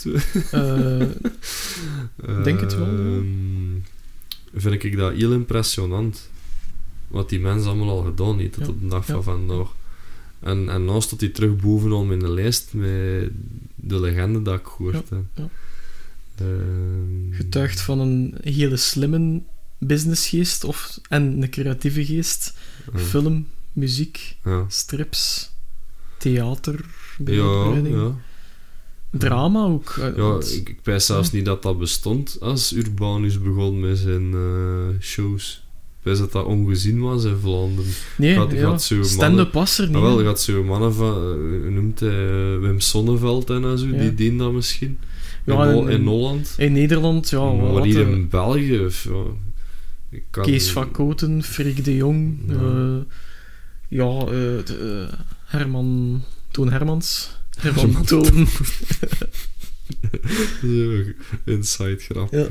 Denk het wel, ja. Vind ik dat heel impressionant. Wat die mensen allemaal al gedaan heeft tot op de dag van vandaag. En nou staat hij terug bovenaan in de lijst met de legende dat ik gehoord heb. Ja. Getuigt van een hele slimme businessgeest en een creatieve geest. Film, muziek, strips, theater, drama ook. Ik weet zelfs niet dat dat bestond als Urbanus begon met zijn shows. Ik weet dat ongezien was in Vlaanderen. Nee, stand-up was er niet. Wel, je had zo'n mannen van, noemt hij Wim Sonneveld en zo, die deden dat misschien. In Holland. In Nederland, maar hier in België... Kees van Koten, Freek de Jong, Toon Hermans. Toon. Inside grap.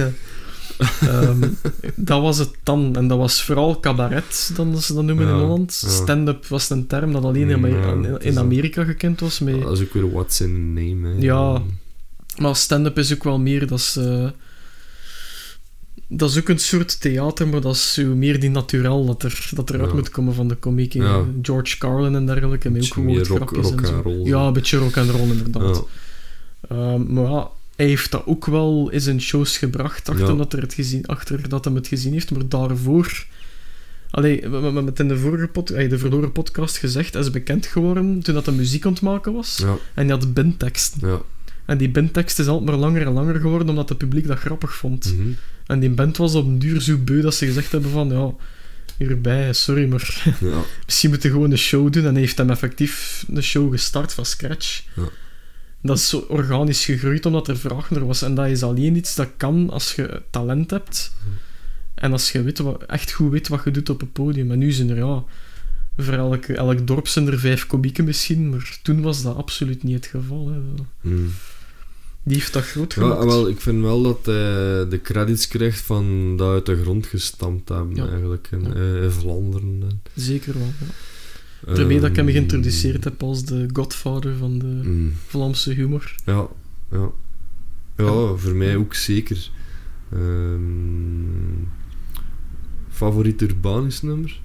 Dat was het dan. En dat was vooral cabaret, dan ze dat noemen in Holland. Stand-up was een term dat alleen in Amerika gekend was. Dat is ook weer what's in the name. Hè. Ja, maar stand-up is ook wel meer... Dat is ook een soort theater, maar dat is zo meer die naturel dat eruit moet komen van de komiek. George Carlin en dergelijke. Met ook gewoon grapjes en zo. Ja, een beetje rock and roll inderdaad. Maar hij heeft dat ook wel in zijn shows gebracht, achter dat hij het gezien heeft. Maar daarvoor... we hebben het in de verloren podcast gezegd, hij is bekend geworden toen dat de muziek aan het maken was. Ja. En hij had bandteksten. Ja. En die bandtekst is altijd maar langer en langer geworden, omdat het publiek dat grappig vond. Mm-hmm. En die band was op een duur zo beu dat ze gezegd hebben van... hierbij, sorry, maar misschien moeten we gewoon een show doen. En hij heeft hem effectief een show gestart van scratch. Ja. Dat is zo organisch gegroeid, omdat er vraag naar was. En dat is alleen iets dat kan als je talent hebt. En als je echt goed weet wat je doet op het podium. En nu zijn er, voor elk dorp zijn er 5 komieken misschien, maar toen was dat absoluut niet het geval. Hè. Die heeft dat groot gemaakt. Ja, wel, ik vind wel dat hij de credits krijgt van dat uit de grond gestampt hebben, eigenlijk, in Vlaanderen. Zeker wel, Daarmee dat ik hem geïntroduceerd heb als de godfather van de Vlaamse humor. Ja, voor mij ook zeker. Favoriet Urbanus nummer?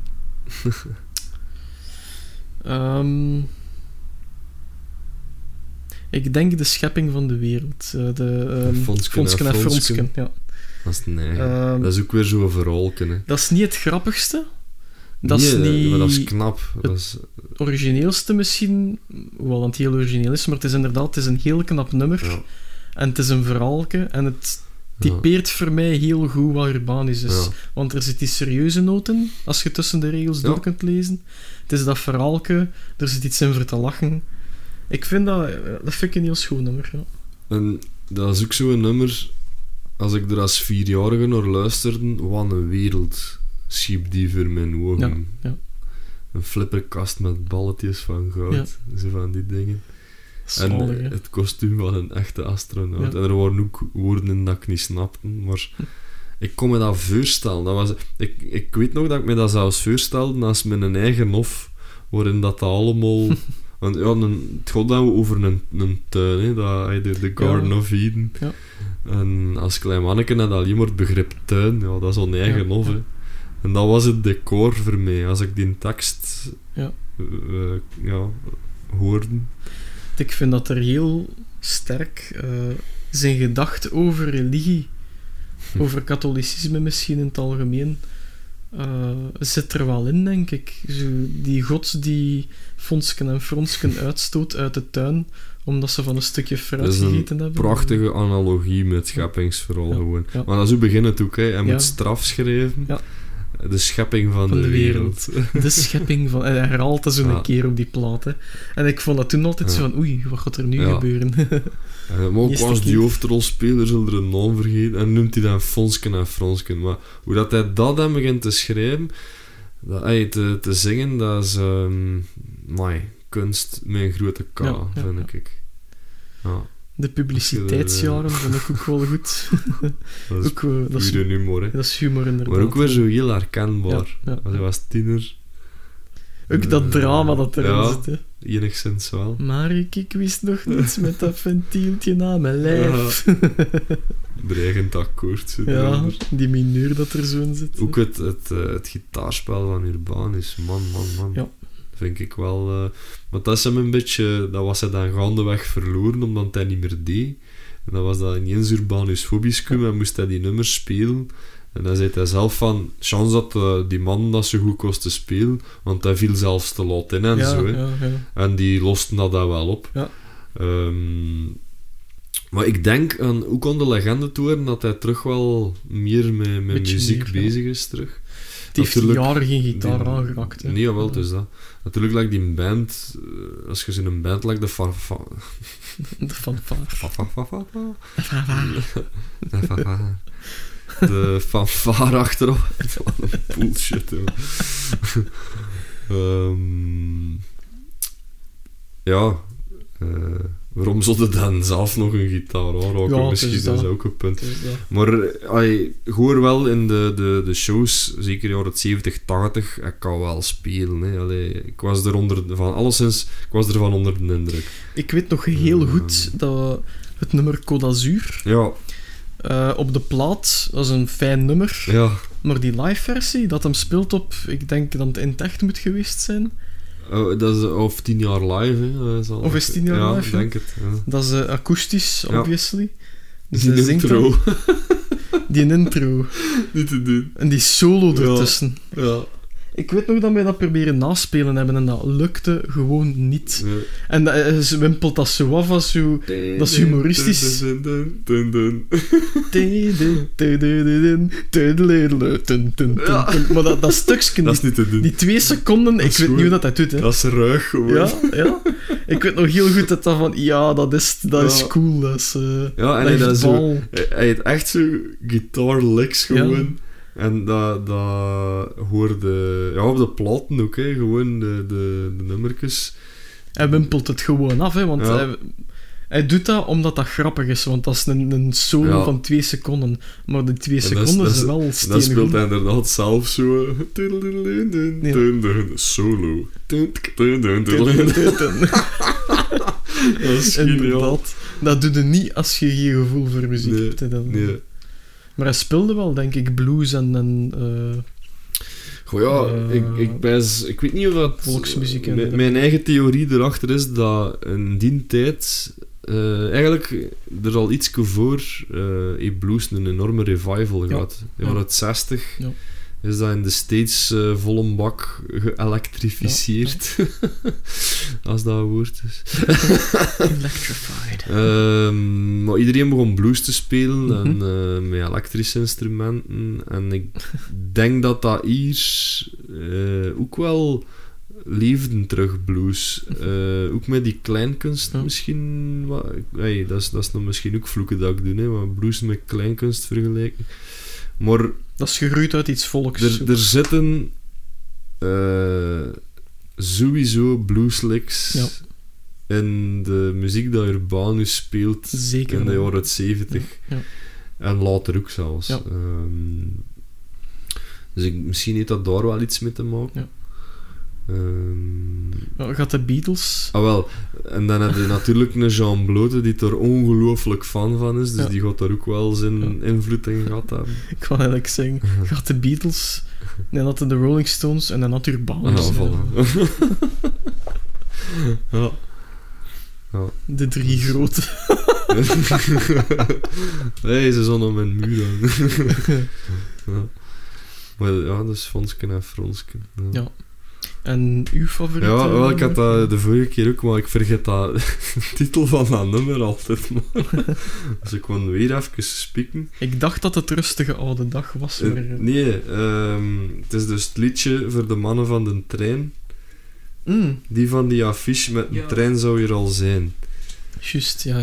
Ik denk de schepping van de wereld. Fonsken en Fronsken. Ja. Dat is dat is ook weer zo'n verhaalken. Hè. Dat is niet het grappigste. Dat is niet... maar dat is knap. Het origineelste misschien, hoewel het heel origineel is, maar het is inderdaad een heel knap nummer. Ja. En het is een verhaalke. En het typeert voor mij heel goed wat Urbanus is. Ja. Want er zit die serieuze noten, als je tussen de regels door kunt lezen. Het is dat verhaalke, er zit iets in voor te lachen. Ik vind dat vind ik een heel schoon nummer. Ja. En dat is ook zo'n nummer, als ik er als 4-jarige naar luisterde, wat een wereld schiep die voor mijn ogen. Ja. Een flipperkast met balletjes van goud. Zo van die dingen. Zalig, en het kostuum van een echte astronaut. Ja. En er waren ook woorden in dat ik niet snapte, maar ik kon me dat voorstellen. Ik weet nog dat ik me dat zelfs voorstelde als mijn eigen hof, waarin dat allemaal... Want het gaat dan over een tuin, hè, de Garden of Eden. Ja. En als klein manneke had alleen maar het begrip tuin, dat is een eigen hof. Hè. En dat was het decor voor mij, als ik die tekst hoorde. Ik vind dat er heel sterk zijn gedacht over religie, over katholicisme misschien in het algemeen, zit er wel in, denk ik. Zo, die god die Fonsken en Fronsken uitstoot uit de tuin, omdat ze van een stukje fruit gegeten hebben. Dat is een prachtige analogie met het scheppingsverhaal gewoon. Ja. Maar zo begint het ook, hè. Hij moet straf schrijven. Ja. De schepping van de wereld. De schepping van... En hij herhaalt dat zo'n keer op die plaat. Hè. En ik vond dat toen altijd zo van... Oei, wat gaat er nu gebeuren? Maar ook als die hoofdrolspeler zullen er een naam vergeten. En noemt hij dan Fonsken en Fronsken. Maar hoe dat hij dat dan begint te schrijven... te zingen, dat is... kunst met een grote K, vind ik. Ja. De publiciteitsjaren vond ik ook wel goed. Dat is Ook, dat is- pure humor, hè. Dat is humor inderdaad. Maar ook weer zo heel herkenbaar. Ja, ja. Als je was tiener. Ook dat drama dat erin Ja. zit, hè. Enigszins wel. Maar ik wist nog niets met dat ventieltje aan mijn lijf. Dreigend akkoord. Zo Ja, eronder. die mineur dat er zo in zit. Ook het gitaarspel van Urbanus, man. Ja. Vind ik wel... want dat is hem een beetje... Dat was hij dan gaandeweg verloren, omdat hij niet meer deed. En dan was dat ineens Urbanus fobischum en moest hij die nummers spelen. En dan zei hij zelf van... Chance dat die man dat zo goed kost te spelen, want hij viel zelfs te laat in en ja, zo. Hè. ja. En die losten dat dan wel op. Ja. Maar ik denk aan, ook aan de legende toeren dat hij terug wel meer met Beetje muziek meer, ja. bezig is terug. Het heeft Natuurlijk, jaren geen gitaar die- aangeraakt. Hè. Nee, jawel, het is dat. Natuurlijk lijkt die band, als je zo'n band lijkt de De fanfare. de fanfare achterop. Wat een bullshit, joh. Ja, waarom zou je dan zelf nog een gitaar aanraken? Ja, het Misschien is is dat. dat ook een punt. Het is dat. Maar ik hoor wel in de shows, zeker jaren 70, 80, ik kan wel spelen. Hè. Allee, ik was er ervan onder de indruk. Ik weet nog heel goed dat het nummer Côte d'Azur Ja, op de plaat, dat is een fijn nummer, ja. maar die live versie dat hem speelt op, ik denk dat het in het echt moet geweest zijn. Dat is of 10 jaar live. Hè. Of is het 10 jaar ja, live, ik ja? denk het. Ja. Dat is akoestisch, Ja. obviously. Dus Die hij zingt intro. dan die intro Niet te doen. en die solo Ja. ertussen. Ja. Ik weet nog dat wij dat proberen naspelen hebben en dat lukte gewoon niet. Ja. En dat wimpelt dat zo af als zo... Dat is humoristisch. Maar dat stukje, Dat is niet te doen. die 2 seconden, Dat ik is weet niet hoe gewoon- dat doet, hè. Dat is ruig gewoon. Ja, ja. Ik weet nog heel goed dat van, ja, dat is Ja. cool. Dat is, Ja, en dat dat heeft is zo... bal. Hij heeft echt zo guitar licks gewoon. En dat hoorde... Ja, op de platen ook, hè. Gewoon de nummertjes. Hij wimpelt het gewoon af, hè, want Ja. hij doet dat omdat dat grappig is, want dat is een solo Ja. van 2 seconden. Maar die 2 En dat is- seconden dat is is- wel En steengoed. dan speelt hij inderdaad zelf zo... Solo. Dat is geniaal. Inderdaad. Dat doe je niet als je geen gevoel voor muziek Nee, hebt. Hè, dan. Nee. Maar hij speelde wel, denk ik, blues en Goh ja, ik weet niet of dat... Volksmuziek en- Mijn eigen theorie erachter is dat in die tijd... eigenlijk, er al iets voor heeft blues een enorme revival gehad. In Ja. jaren 60 Ja. is dat in de States volle bak geëlektrificeerd. Als dat een woord is. electrified. Maar iedereen begon blues te spelen Mhm. en met elektrische instrumenten. En ik denk dat dat hier ook wel leefden terug, blues. Ook met die kleinkunst Ja. misschien. Dat is nog misschien ook vloeken dat ik doe, hè, maar blues met kleinkunst vergelijken. Maar Dat is gegroeid uit iets volks. er zitten sowieso blueslicks Ja. in de muziek dat Urbanus speelt Zeker in de wel. jaren 70 Ja. en later ook zelfs. Ja. Dus misschien heeft dat daar wel iets mee te maken. Ja. Ja, gaat de Beatles... Ah wel, en dan heb je natuurlijk een Jean Blote die er ongelooflijk fan van is, dus Ja. die gaat daar ook wel zijn invloed in gehad hebben. Ik kan eigenlijk zeggen, gaat de Beatles, en dan had de Rolling Stones en dan had Urbanus. Ah, voilà. Ja. Ja. De 3 grote. Nee, ze zijn op mijn muur aan. Ja. Maar ja, dat is Fonsken en Fronsken. Ja. Ja. En uw favoriete? Ja, wel, ik had dat de vorige keer ook, maar ik vergeet dat de titel van dat nummer altijd. Maar. Dus ik kon weer even spieken. Ik dacht dat het rustige oude dag was. Maar... Nee, het is dus het liedje voor de mannen van de trein. Die van die affiche met een Ja. trein zou hier al zijn. Juist, ja.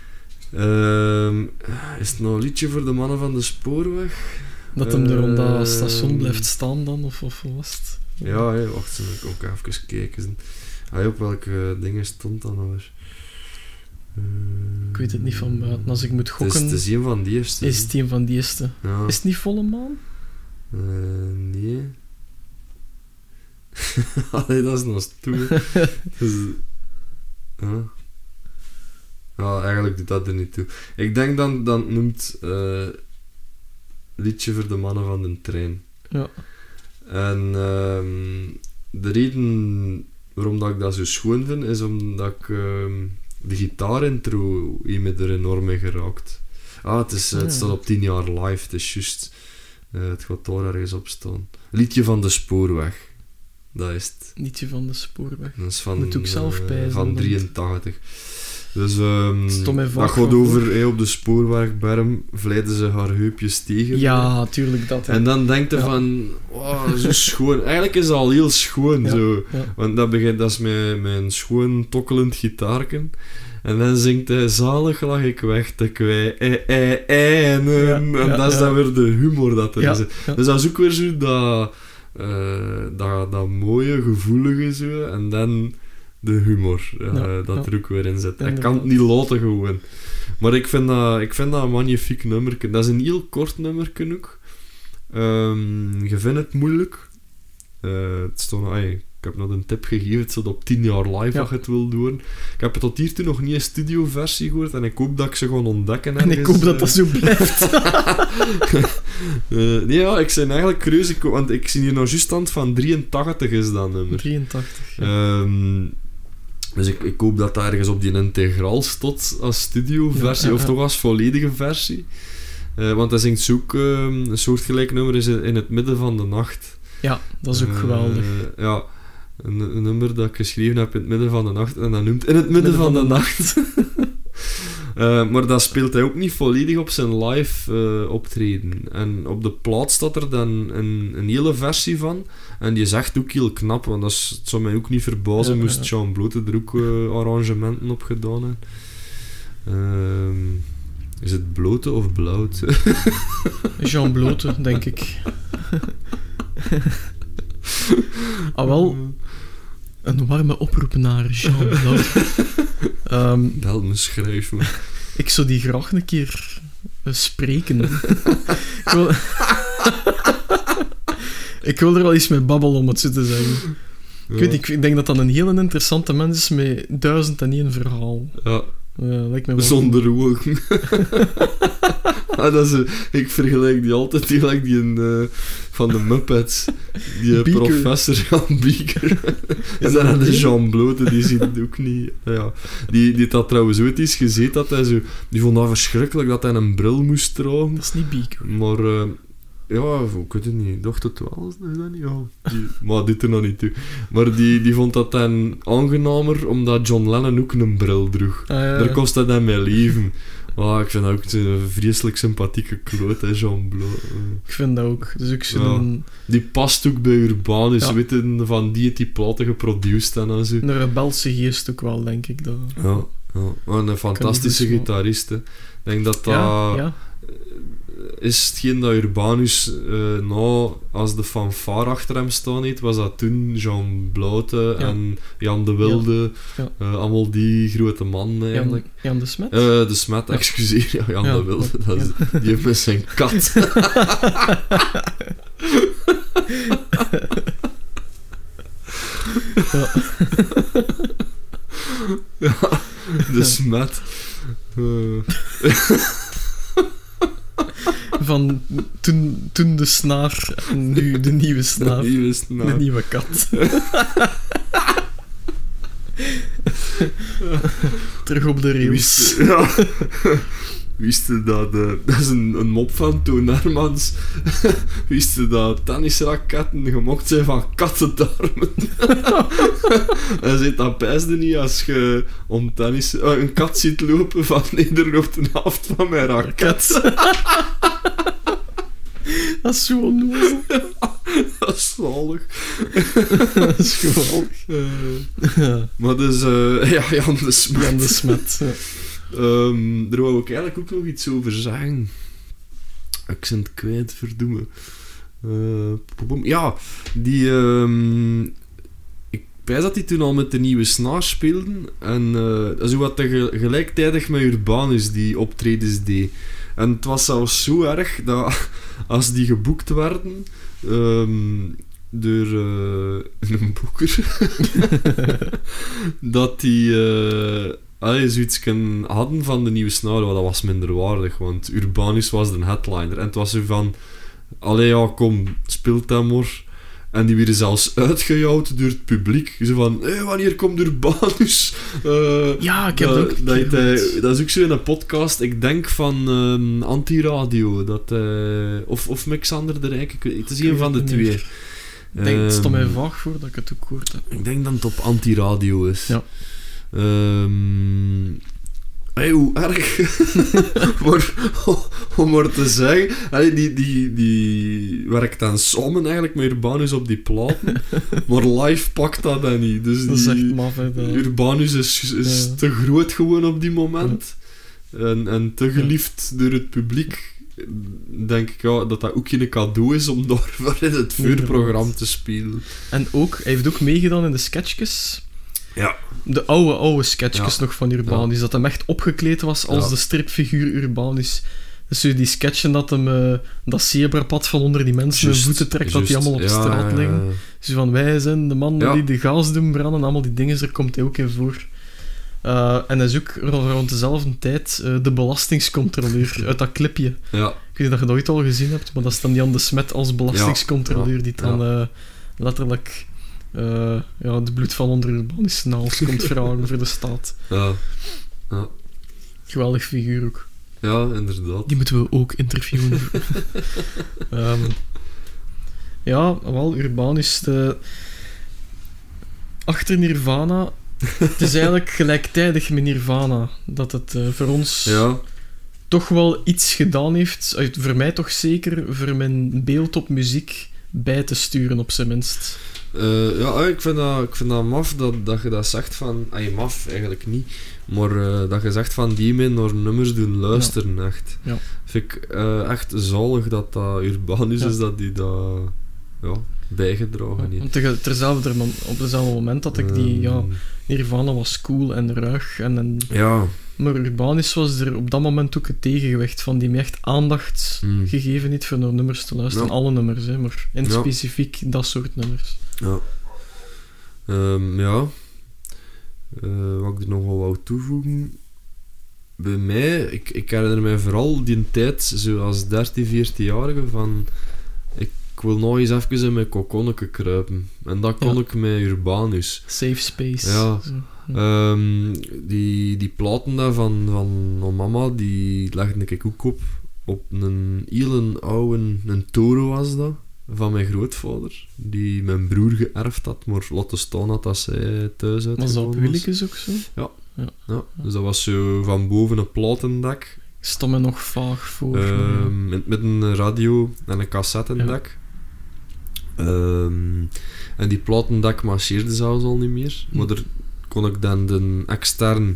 Is het nou een liedje voor de mannen van de spoorweg? Dat hem er rond dat station blijft staan dan, of wat was het? Ja, hè, wacht, dan moet ik ook even kijken. Op welke dingen stond dat nou weer? Ik weet het niet van buiten. Als ik moet gokken, Het is een van die eerste. is het een van die eerste. Ja. Is het niet volle maan? Nee. Allee, dat is nog stoer. Dus, ja. Ja, eigenlijk doet dat er niet toe. Ik denk dan het noemt Liedje voor de mannen van de trein. Ja. En de reden waarom dat ik dat zo schoon vind, is omdat ik de gitaarintro heeft me er enorm mee geraakt. Het staat op 10 jaar live, het is juist. Het gaat daar ergens op staan. Liedje van de spoorweg. Dat is het. Liedje van de spoorweg. Dat is van, Moet ook zelf pijzen, van want- 83. Dus Stond mij dat vaak gaat van over op de spoorwegberm vleiden ze haar heupjes tegen. Ja, tuurlijk dat. hè. En dan denkt je Ja. van, wow, zo schoon. Eigenlijk is dat al heel schoon. Ja, Zo. ja. Want dat is mijn schoon tokkelend gitaarken. En dan zingt hij, zalig lag ik weg te kwijt. En ja, dat is dan weer de humor dat erin Ja, zit. ja. Dus dat is ook weer zo dat mooie, gevoelige zo. En dan de humor dat er ook weer in zit. Ik kan het niet laten gewoon. Maar ik vind dat een magnifiek nummer. Dat is een heel kort nummer ook. Je vindt het moeilijk. Het stond, ik heb nog een tip gegeven, het staat op 10 jaar live als je het wil doen. Ik heb tot hiertoe nog niet een studioversie gehoord en ik hoop dat ik ze ga ontdekken. En ik ergens, hoop dat dat zo blijft. nee, ja, ik ben eigenlijk curieus, want ik zie hier nog juist stand van 83 is dat nummer. 83. Ja. Dus ik hoop dat dat ergens op die integraal staat als studioversie, Ja, of toch als volledige versie. Want hij zingt ook een soortgelijk nummer is in het midden van de nacht. Ja, dat is ook geweldig. Ja, een nummer dat ik geschreven heb in het midden van de nacht en dat noemt in het midden van de nacht. Maar dat speelt hij ook niet volledig op zijn live optreden. En op de plaat staat er dan een hele versie van. En die is echt ook heel knap, want het zou mij ook niet verbazen moest Jean Blote er ook arrangementen op gedaan hebben. Is het blote of blauwt? Jean Blote, denk ik. Wel, een warme oproep naar Jean Blote. Bel me, schrijf me. Ik zou die graag een keer spreken. Ik wil er wel eens mee babbelen, om het zo te zeggen. Ja. Ik denk dat dat een heel interessante mens is met 1001 verhaal. Ja. Lijkt me wel. Zonder ogen. Ik vergelijk die altijd gelijk die van de Muppets. Die Beaker. professor Jan Beaker. Is dat aan de Jean Blote? Die ziet het ook niet. Ja. Die had trouwens ooit eens gezien dat hij zo... Die vond dat verschrikkelijk dat hij een bril moest dragen. Dat is niet Beaker. Maar... ja, ik weet het niet. Dacht het wel, is dat niet? Ja, maar dit er nog niet toe. Maar die vond dat dan aangenamer, omdat John Lennon ook een bril droeg. Daar kost hij dan mee leven. Ik vind dat ook een vreselijk sympathieke kloot, hè, Jean Blote. Ik vind dat ook. Dus ik zo'n... Die past ook bij Urbanus, Ja. weet je, van die platen geproduceerd en zo. Een rebelse geest ook wel, denk ik. Dat... Ja. Maar een fantastische dus gitarist, hè. Ik denk dat dat... Ja. Is hetgeen dat Urbanus als de fanfare achter hem staan heeft, was dat toen Jean Blote en Jan de Wilde, Ja. allemaal die grote mannen eigenlijk. Jan de Smet? De Smet, excuseer, ja, Jan Ja. de Wilde, die heeft met zijn kat. Ja, de Smet. Van toen de snaar en nu de nieuwe snaar. De nieuwe kat. Terug op de rails. Wist je dat... dat is een mop van Toon Hermans. Wist je dat tennisraketten gemokt zijn van kattendarmen? Hij zegt dat pijsde niet als je om tennis... een kat ziet lopen van neder op de helft van mijn raket. Dat is zo onnozel. Dat is zalig. Dat is geweldig. Maar dus... Jan de Smet. Jan de Smet. Ja. Daar wou ik eigenlijk ook nog iets over zeggen. Ik ben het kwijt, verdoemen. Ja, die... pijs dat die toen al met de nieuwe snaar speelden. En zo wat gelijktijdig met Urbanus die optredens deed. En het was zelfs zo erg dat als die geboekt werden door een boeker, dat die zoiets hadden van de nieuwe snaar, maar dat was minder waardig, want Urbanus was de headliner. En het was zo van, allee ja, kom, speelt dat maar. En die werden zelfs uitgejouwd door het publiek. Zo van, wanneer komt Urbanus? Ja, ik heb het ook dat is ook zo in een podcast, ik denk van Antiradio. Of Mexander de Rijk. Het is een van de twee. Ik denk, het stond mij vaag voor dat ik het ook gehoord heb. Ik denk dat het op Antiradio is. Ja. Hoe erg. Maar om maar te zeggen, die werkt dan samen eigenlijk met Urbanus op die platen, maar live pakt dat dan niet. Dus dat is echt maf, hè, Urbanus is te groot gewoon op die moment. En te geliefd door het publiek. Denk ik dat ook geen cadeau is om daarvoor in het vuurprogramma te spelen. En ook, hij heeft ook meegedaan in de sketchjes. Ja. De oude sketchjes nog van Urbanus. Dat hem echt opgekleed was als de stripfiguur Urbanus. Dus zo die sketchen dat hem dat zebrapad van onder die mensen hun voeten trekt, dat die allemaal op straat liggen. Zo van, wij zijn de mannen die de gas doen branden, allemaal die dingen, daar komt hij ook in voor. En hij is ook rond dezelfde tijd de belastingscontroleur uit dat clipje. Ja. Ik weet niet of je dat ooit al gezien hebt, maar dat is dan Jan de Smet als belastingscontroleur die dan letterlijk het bloed van onder Urbanus' naals komt vragen voor de staat. Ja. Geweldig figuur ook. Ja, inderdaad. Die moeten we ook interviewen. Urbanus. Achter Nirvana. Het is eigenlijk gelijktijdig met Nirvana dat het voor ons toch wel iets gedaan heeft. Voor mij toch zeker, voor mijn beeld op muziek bij te sturen, op zijn minst. Ik vind dat maf dat je dat zegt van... maf eigenlijk niet. Maar dat je zegt van die men naar nummers doen luisteren, echt. Ja. Vind ik echt zalig dat Urbanus is dat die dat bijgedragen heeft. Op hetzelfde moment dat ik Nirvana was cool en ruig. Maar Urbanus was er op dat moment ook het tegengewicht van die me echt aandacht gegeven heeft voor naar nummers te luisteren. Alle nummers, hè, maar in specifiek dat soort nummers. Ja. Wat ik er nog wel wou toevoegen... Bij mij, ik herinner mij vooral die tijd, zoals 13, 14-jarige, van... Ik wil nog eens even in mijn kokonneke kruipen. En dat kon ik met Urbanus. Safe space. Ja. Die platen daar van mama, die legde ik ook op een hele oude een toren was dat, van mijn grootvader, die mijn broer geërfd had, maar laten staan dat zij thuis uitgekomen was. Was dat op Willekes ook zo? Ja. Dus dat was zo van boven een platendak. Ik stond me nog vaag voor. Met een radio en een cassettendek. En die platendak marcheerde zelfs al niet meer. Maar daar kon ik dan de extern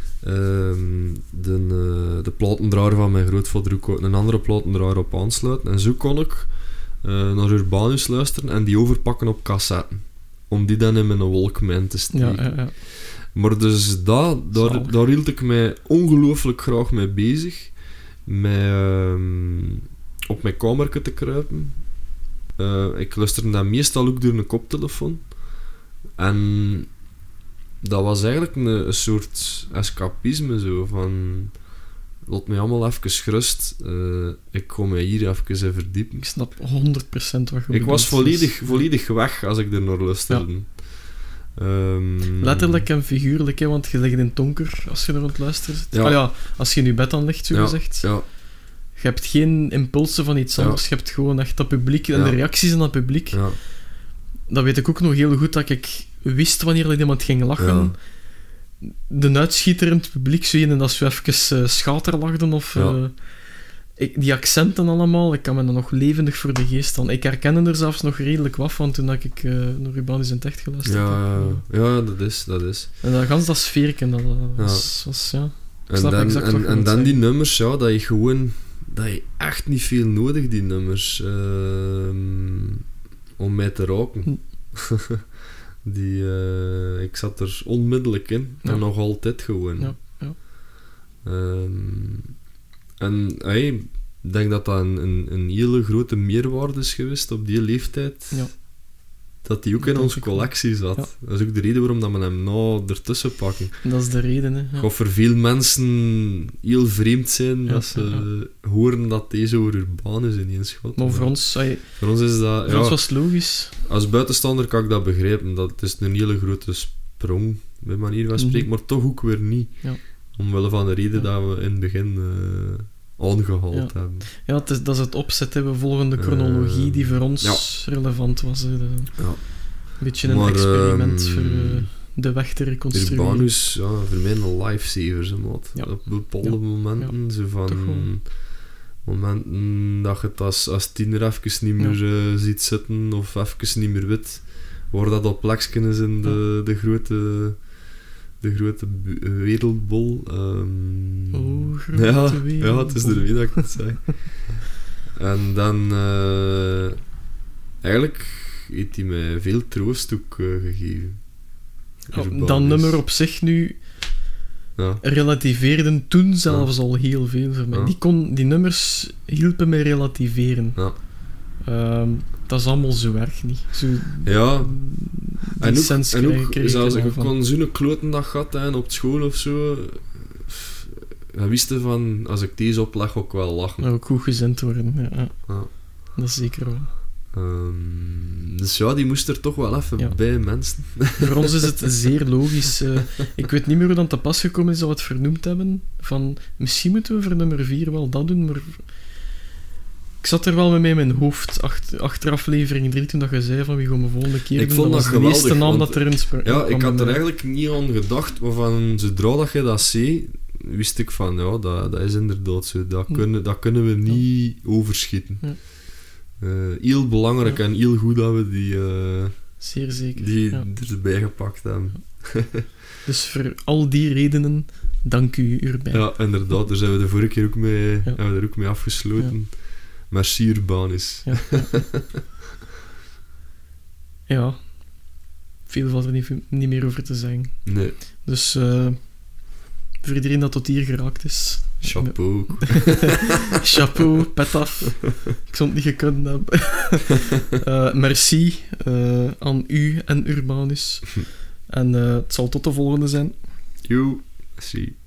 de platendraaier van mijn grootvader ook een andere platendraaier op aansluiten. En zo kon ik naar Urbanus luisteren en die overpakken op cassetten. Om die dan in mijn Walkman te steken. Ja. Maar dus daar hield ik mij ongelooflijk graag mee bezig. Op mijn kamertje te kruipen. Ik luisterde dan meestal ook door een koptelefoon. En dat was eigenlijk een soort escapisme, zo van... Laat mij allemaal even gerust. Ik kom mij hier even verdiepen. Ik snap 100% wat je bedoelt. Ik was volledig weg als ik er naar luisterde. Ja. Letterlijk en figuurlijk, hè, want je ligt in het donker als je er aan het luisteren zit. Als je in je bed dan ligt, zo gezegd. Ja. Je hebt geen impulsen van iets anders. Je hebt gewoon echt dat publiek en de reacties in dat publiek. Ja. Dat weet ik ook nog heel goed, dat ik wist wanneer er iemand ging lachen. Ja. De uitschieter in het publiek, zo en dat ze even schaterlachten of... die accenten allemaal, ik kan me dat nog levendig voor de geest staan. Ik herken er zelfs nog redelijk wat van toen ik naar Urbanus in het echt geluisterd heb. Ja, dat is. En dat sfeerken, dat was En dan die nummers, dat je gewoon... Dat je echt niet veel nodig, die nummers, om mij te raken. Ik zat er onmiddellijk in. Ja. En nog altijd gewoon. Ja. En ik denk dat dat een hele grote meerwaarde is geweest op die leeftijd. Ja. Dat die ook Dat in onze denk ik collectie zat. Ja. Dat is ook de reden waarom dat we hem nou ertussen pakken. Dat is de reden, hè. Ja. Gaat voor veel mensen heel vreemd zijn Ja, dat ze horen dat deze over Urbanus ineens gaat. Maar voor ons, Voor ons is dat... voor ons was het logisch. Als buitenstaander kan ik dat begrijpen. Dat is een hele grote sprong, bij manier van spreken, maar toch ook weer niet. Ja. Omwille van de reden dat we in het begin aangehaald hebben. Ja, dat is het opzet. Hè. We volgen de chronologie die voor ons relevant was. Hè. Een beetje een experiment voor de weg te reconstrueren. Urbanus, voor mij een lifesaver, zo maat. Ja. Op bepaalde momenten, zo van... Momenten dat je het als tiener even niet meer ziet zitten, of even niet meer weet, waar dat op plekjes is in de grote wereldbol. Grote wereldbol. Ja, het is ermee dat ik het zeg. En dan... eigenlijk heeft hij mij veel troost ook gegeven. Dat nummer op zich nu relativeerden toen zelfs al heel veel voor mij. Die nummers hielpen mij relativeren. Dat is allemaal zo erg niet. Zo, en ook zelfs ik kon zo'n kloten dat gat en op school of zo. Je wist van, als ik deze opleg, ook wel lachen. Ook goed gezind worden, dat is zeker wel. Dus die moest er toch wel even bij, mensen. Voor ons is het zeer logisch. Ik weet niet meer hoe dat te pas gekomen is dat we het vernoemd hebben. Van, misschien moeten we voor nummer 4 wel dat doen, maar... Ik zat er wel mee in mijn hoofd, achter aflevering 3, toen dat je zei van wie gaan we volgende keer ik doen. vond dat was geweldig, de eerste naam dat erin Ja, ik had er eigenlijk niet aan gedacht, maar van zodra dat je dat zei, wist ik van, dat is inderdaad zo. Dat kunnen we niet overschieten. Ja. Heel belangrijk en heel goed dat we die... Zeer zeker. Die erbij gepakt hebben. Dus voor al die redenen, dank u, Urbain. Ja, inderdaad. Daar zijn we de vorige keer ook mee, hebben we er ook mee afgesloten. Ja. Merci, Urbanus. Ja. Veel valt er niet meer over te zeggen. Nee. Dus voor iedereen dat tot hier geraakt is... Chapeau. Chapeau, pet af. Ik zou het niet gekund hebben. Merci aan u en Urbanus. En het zal tot de volgende zijn. Yo, merci.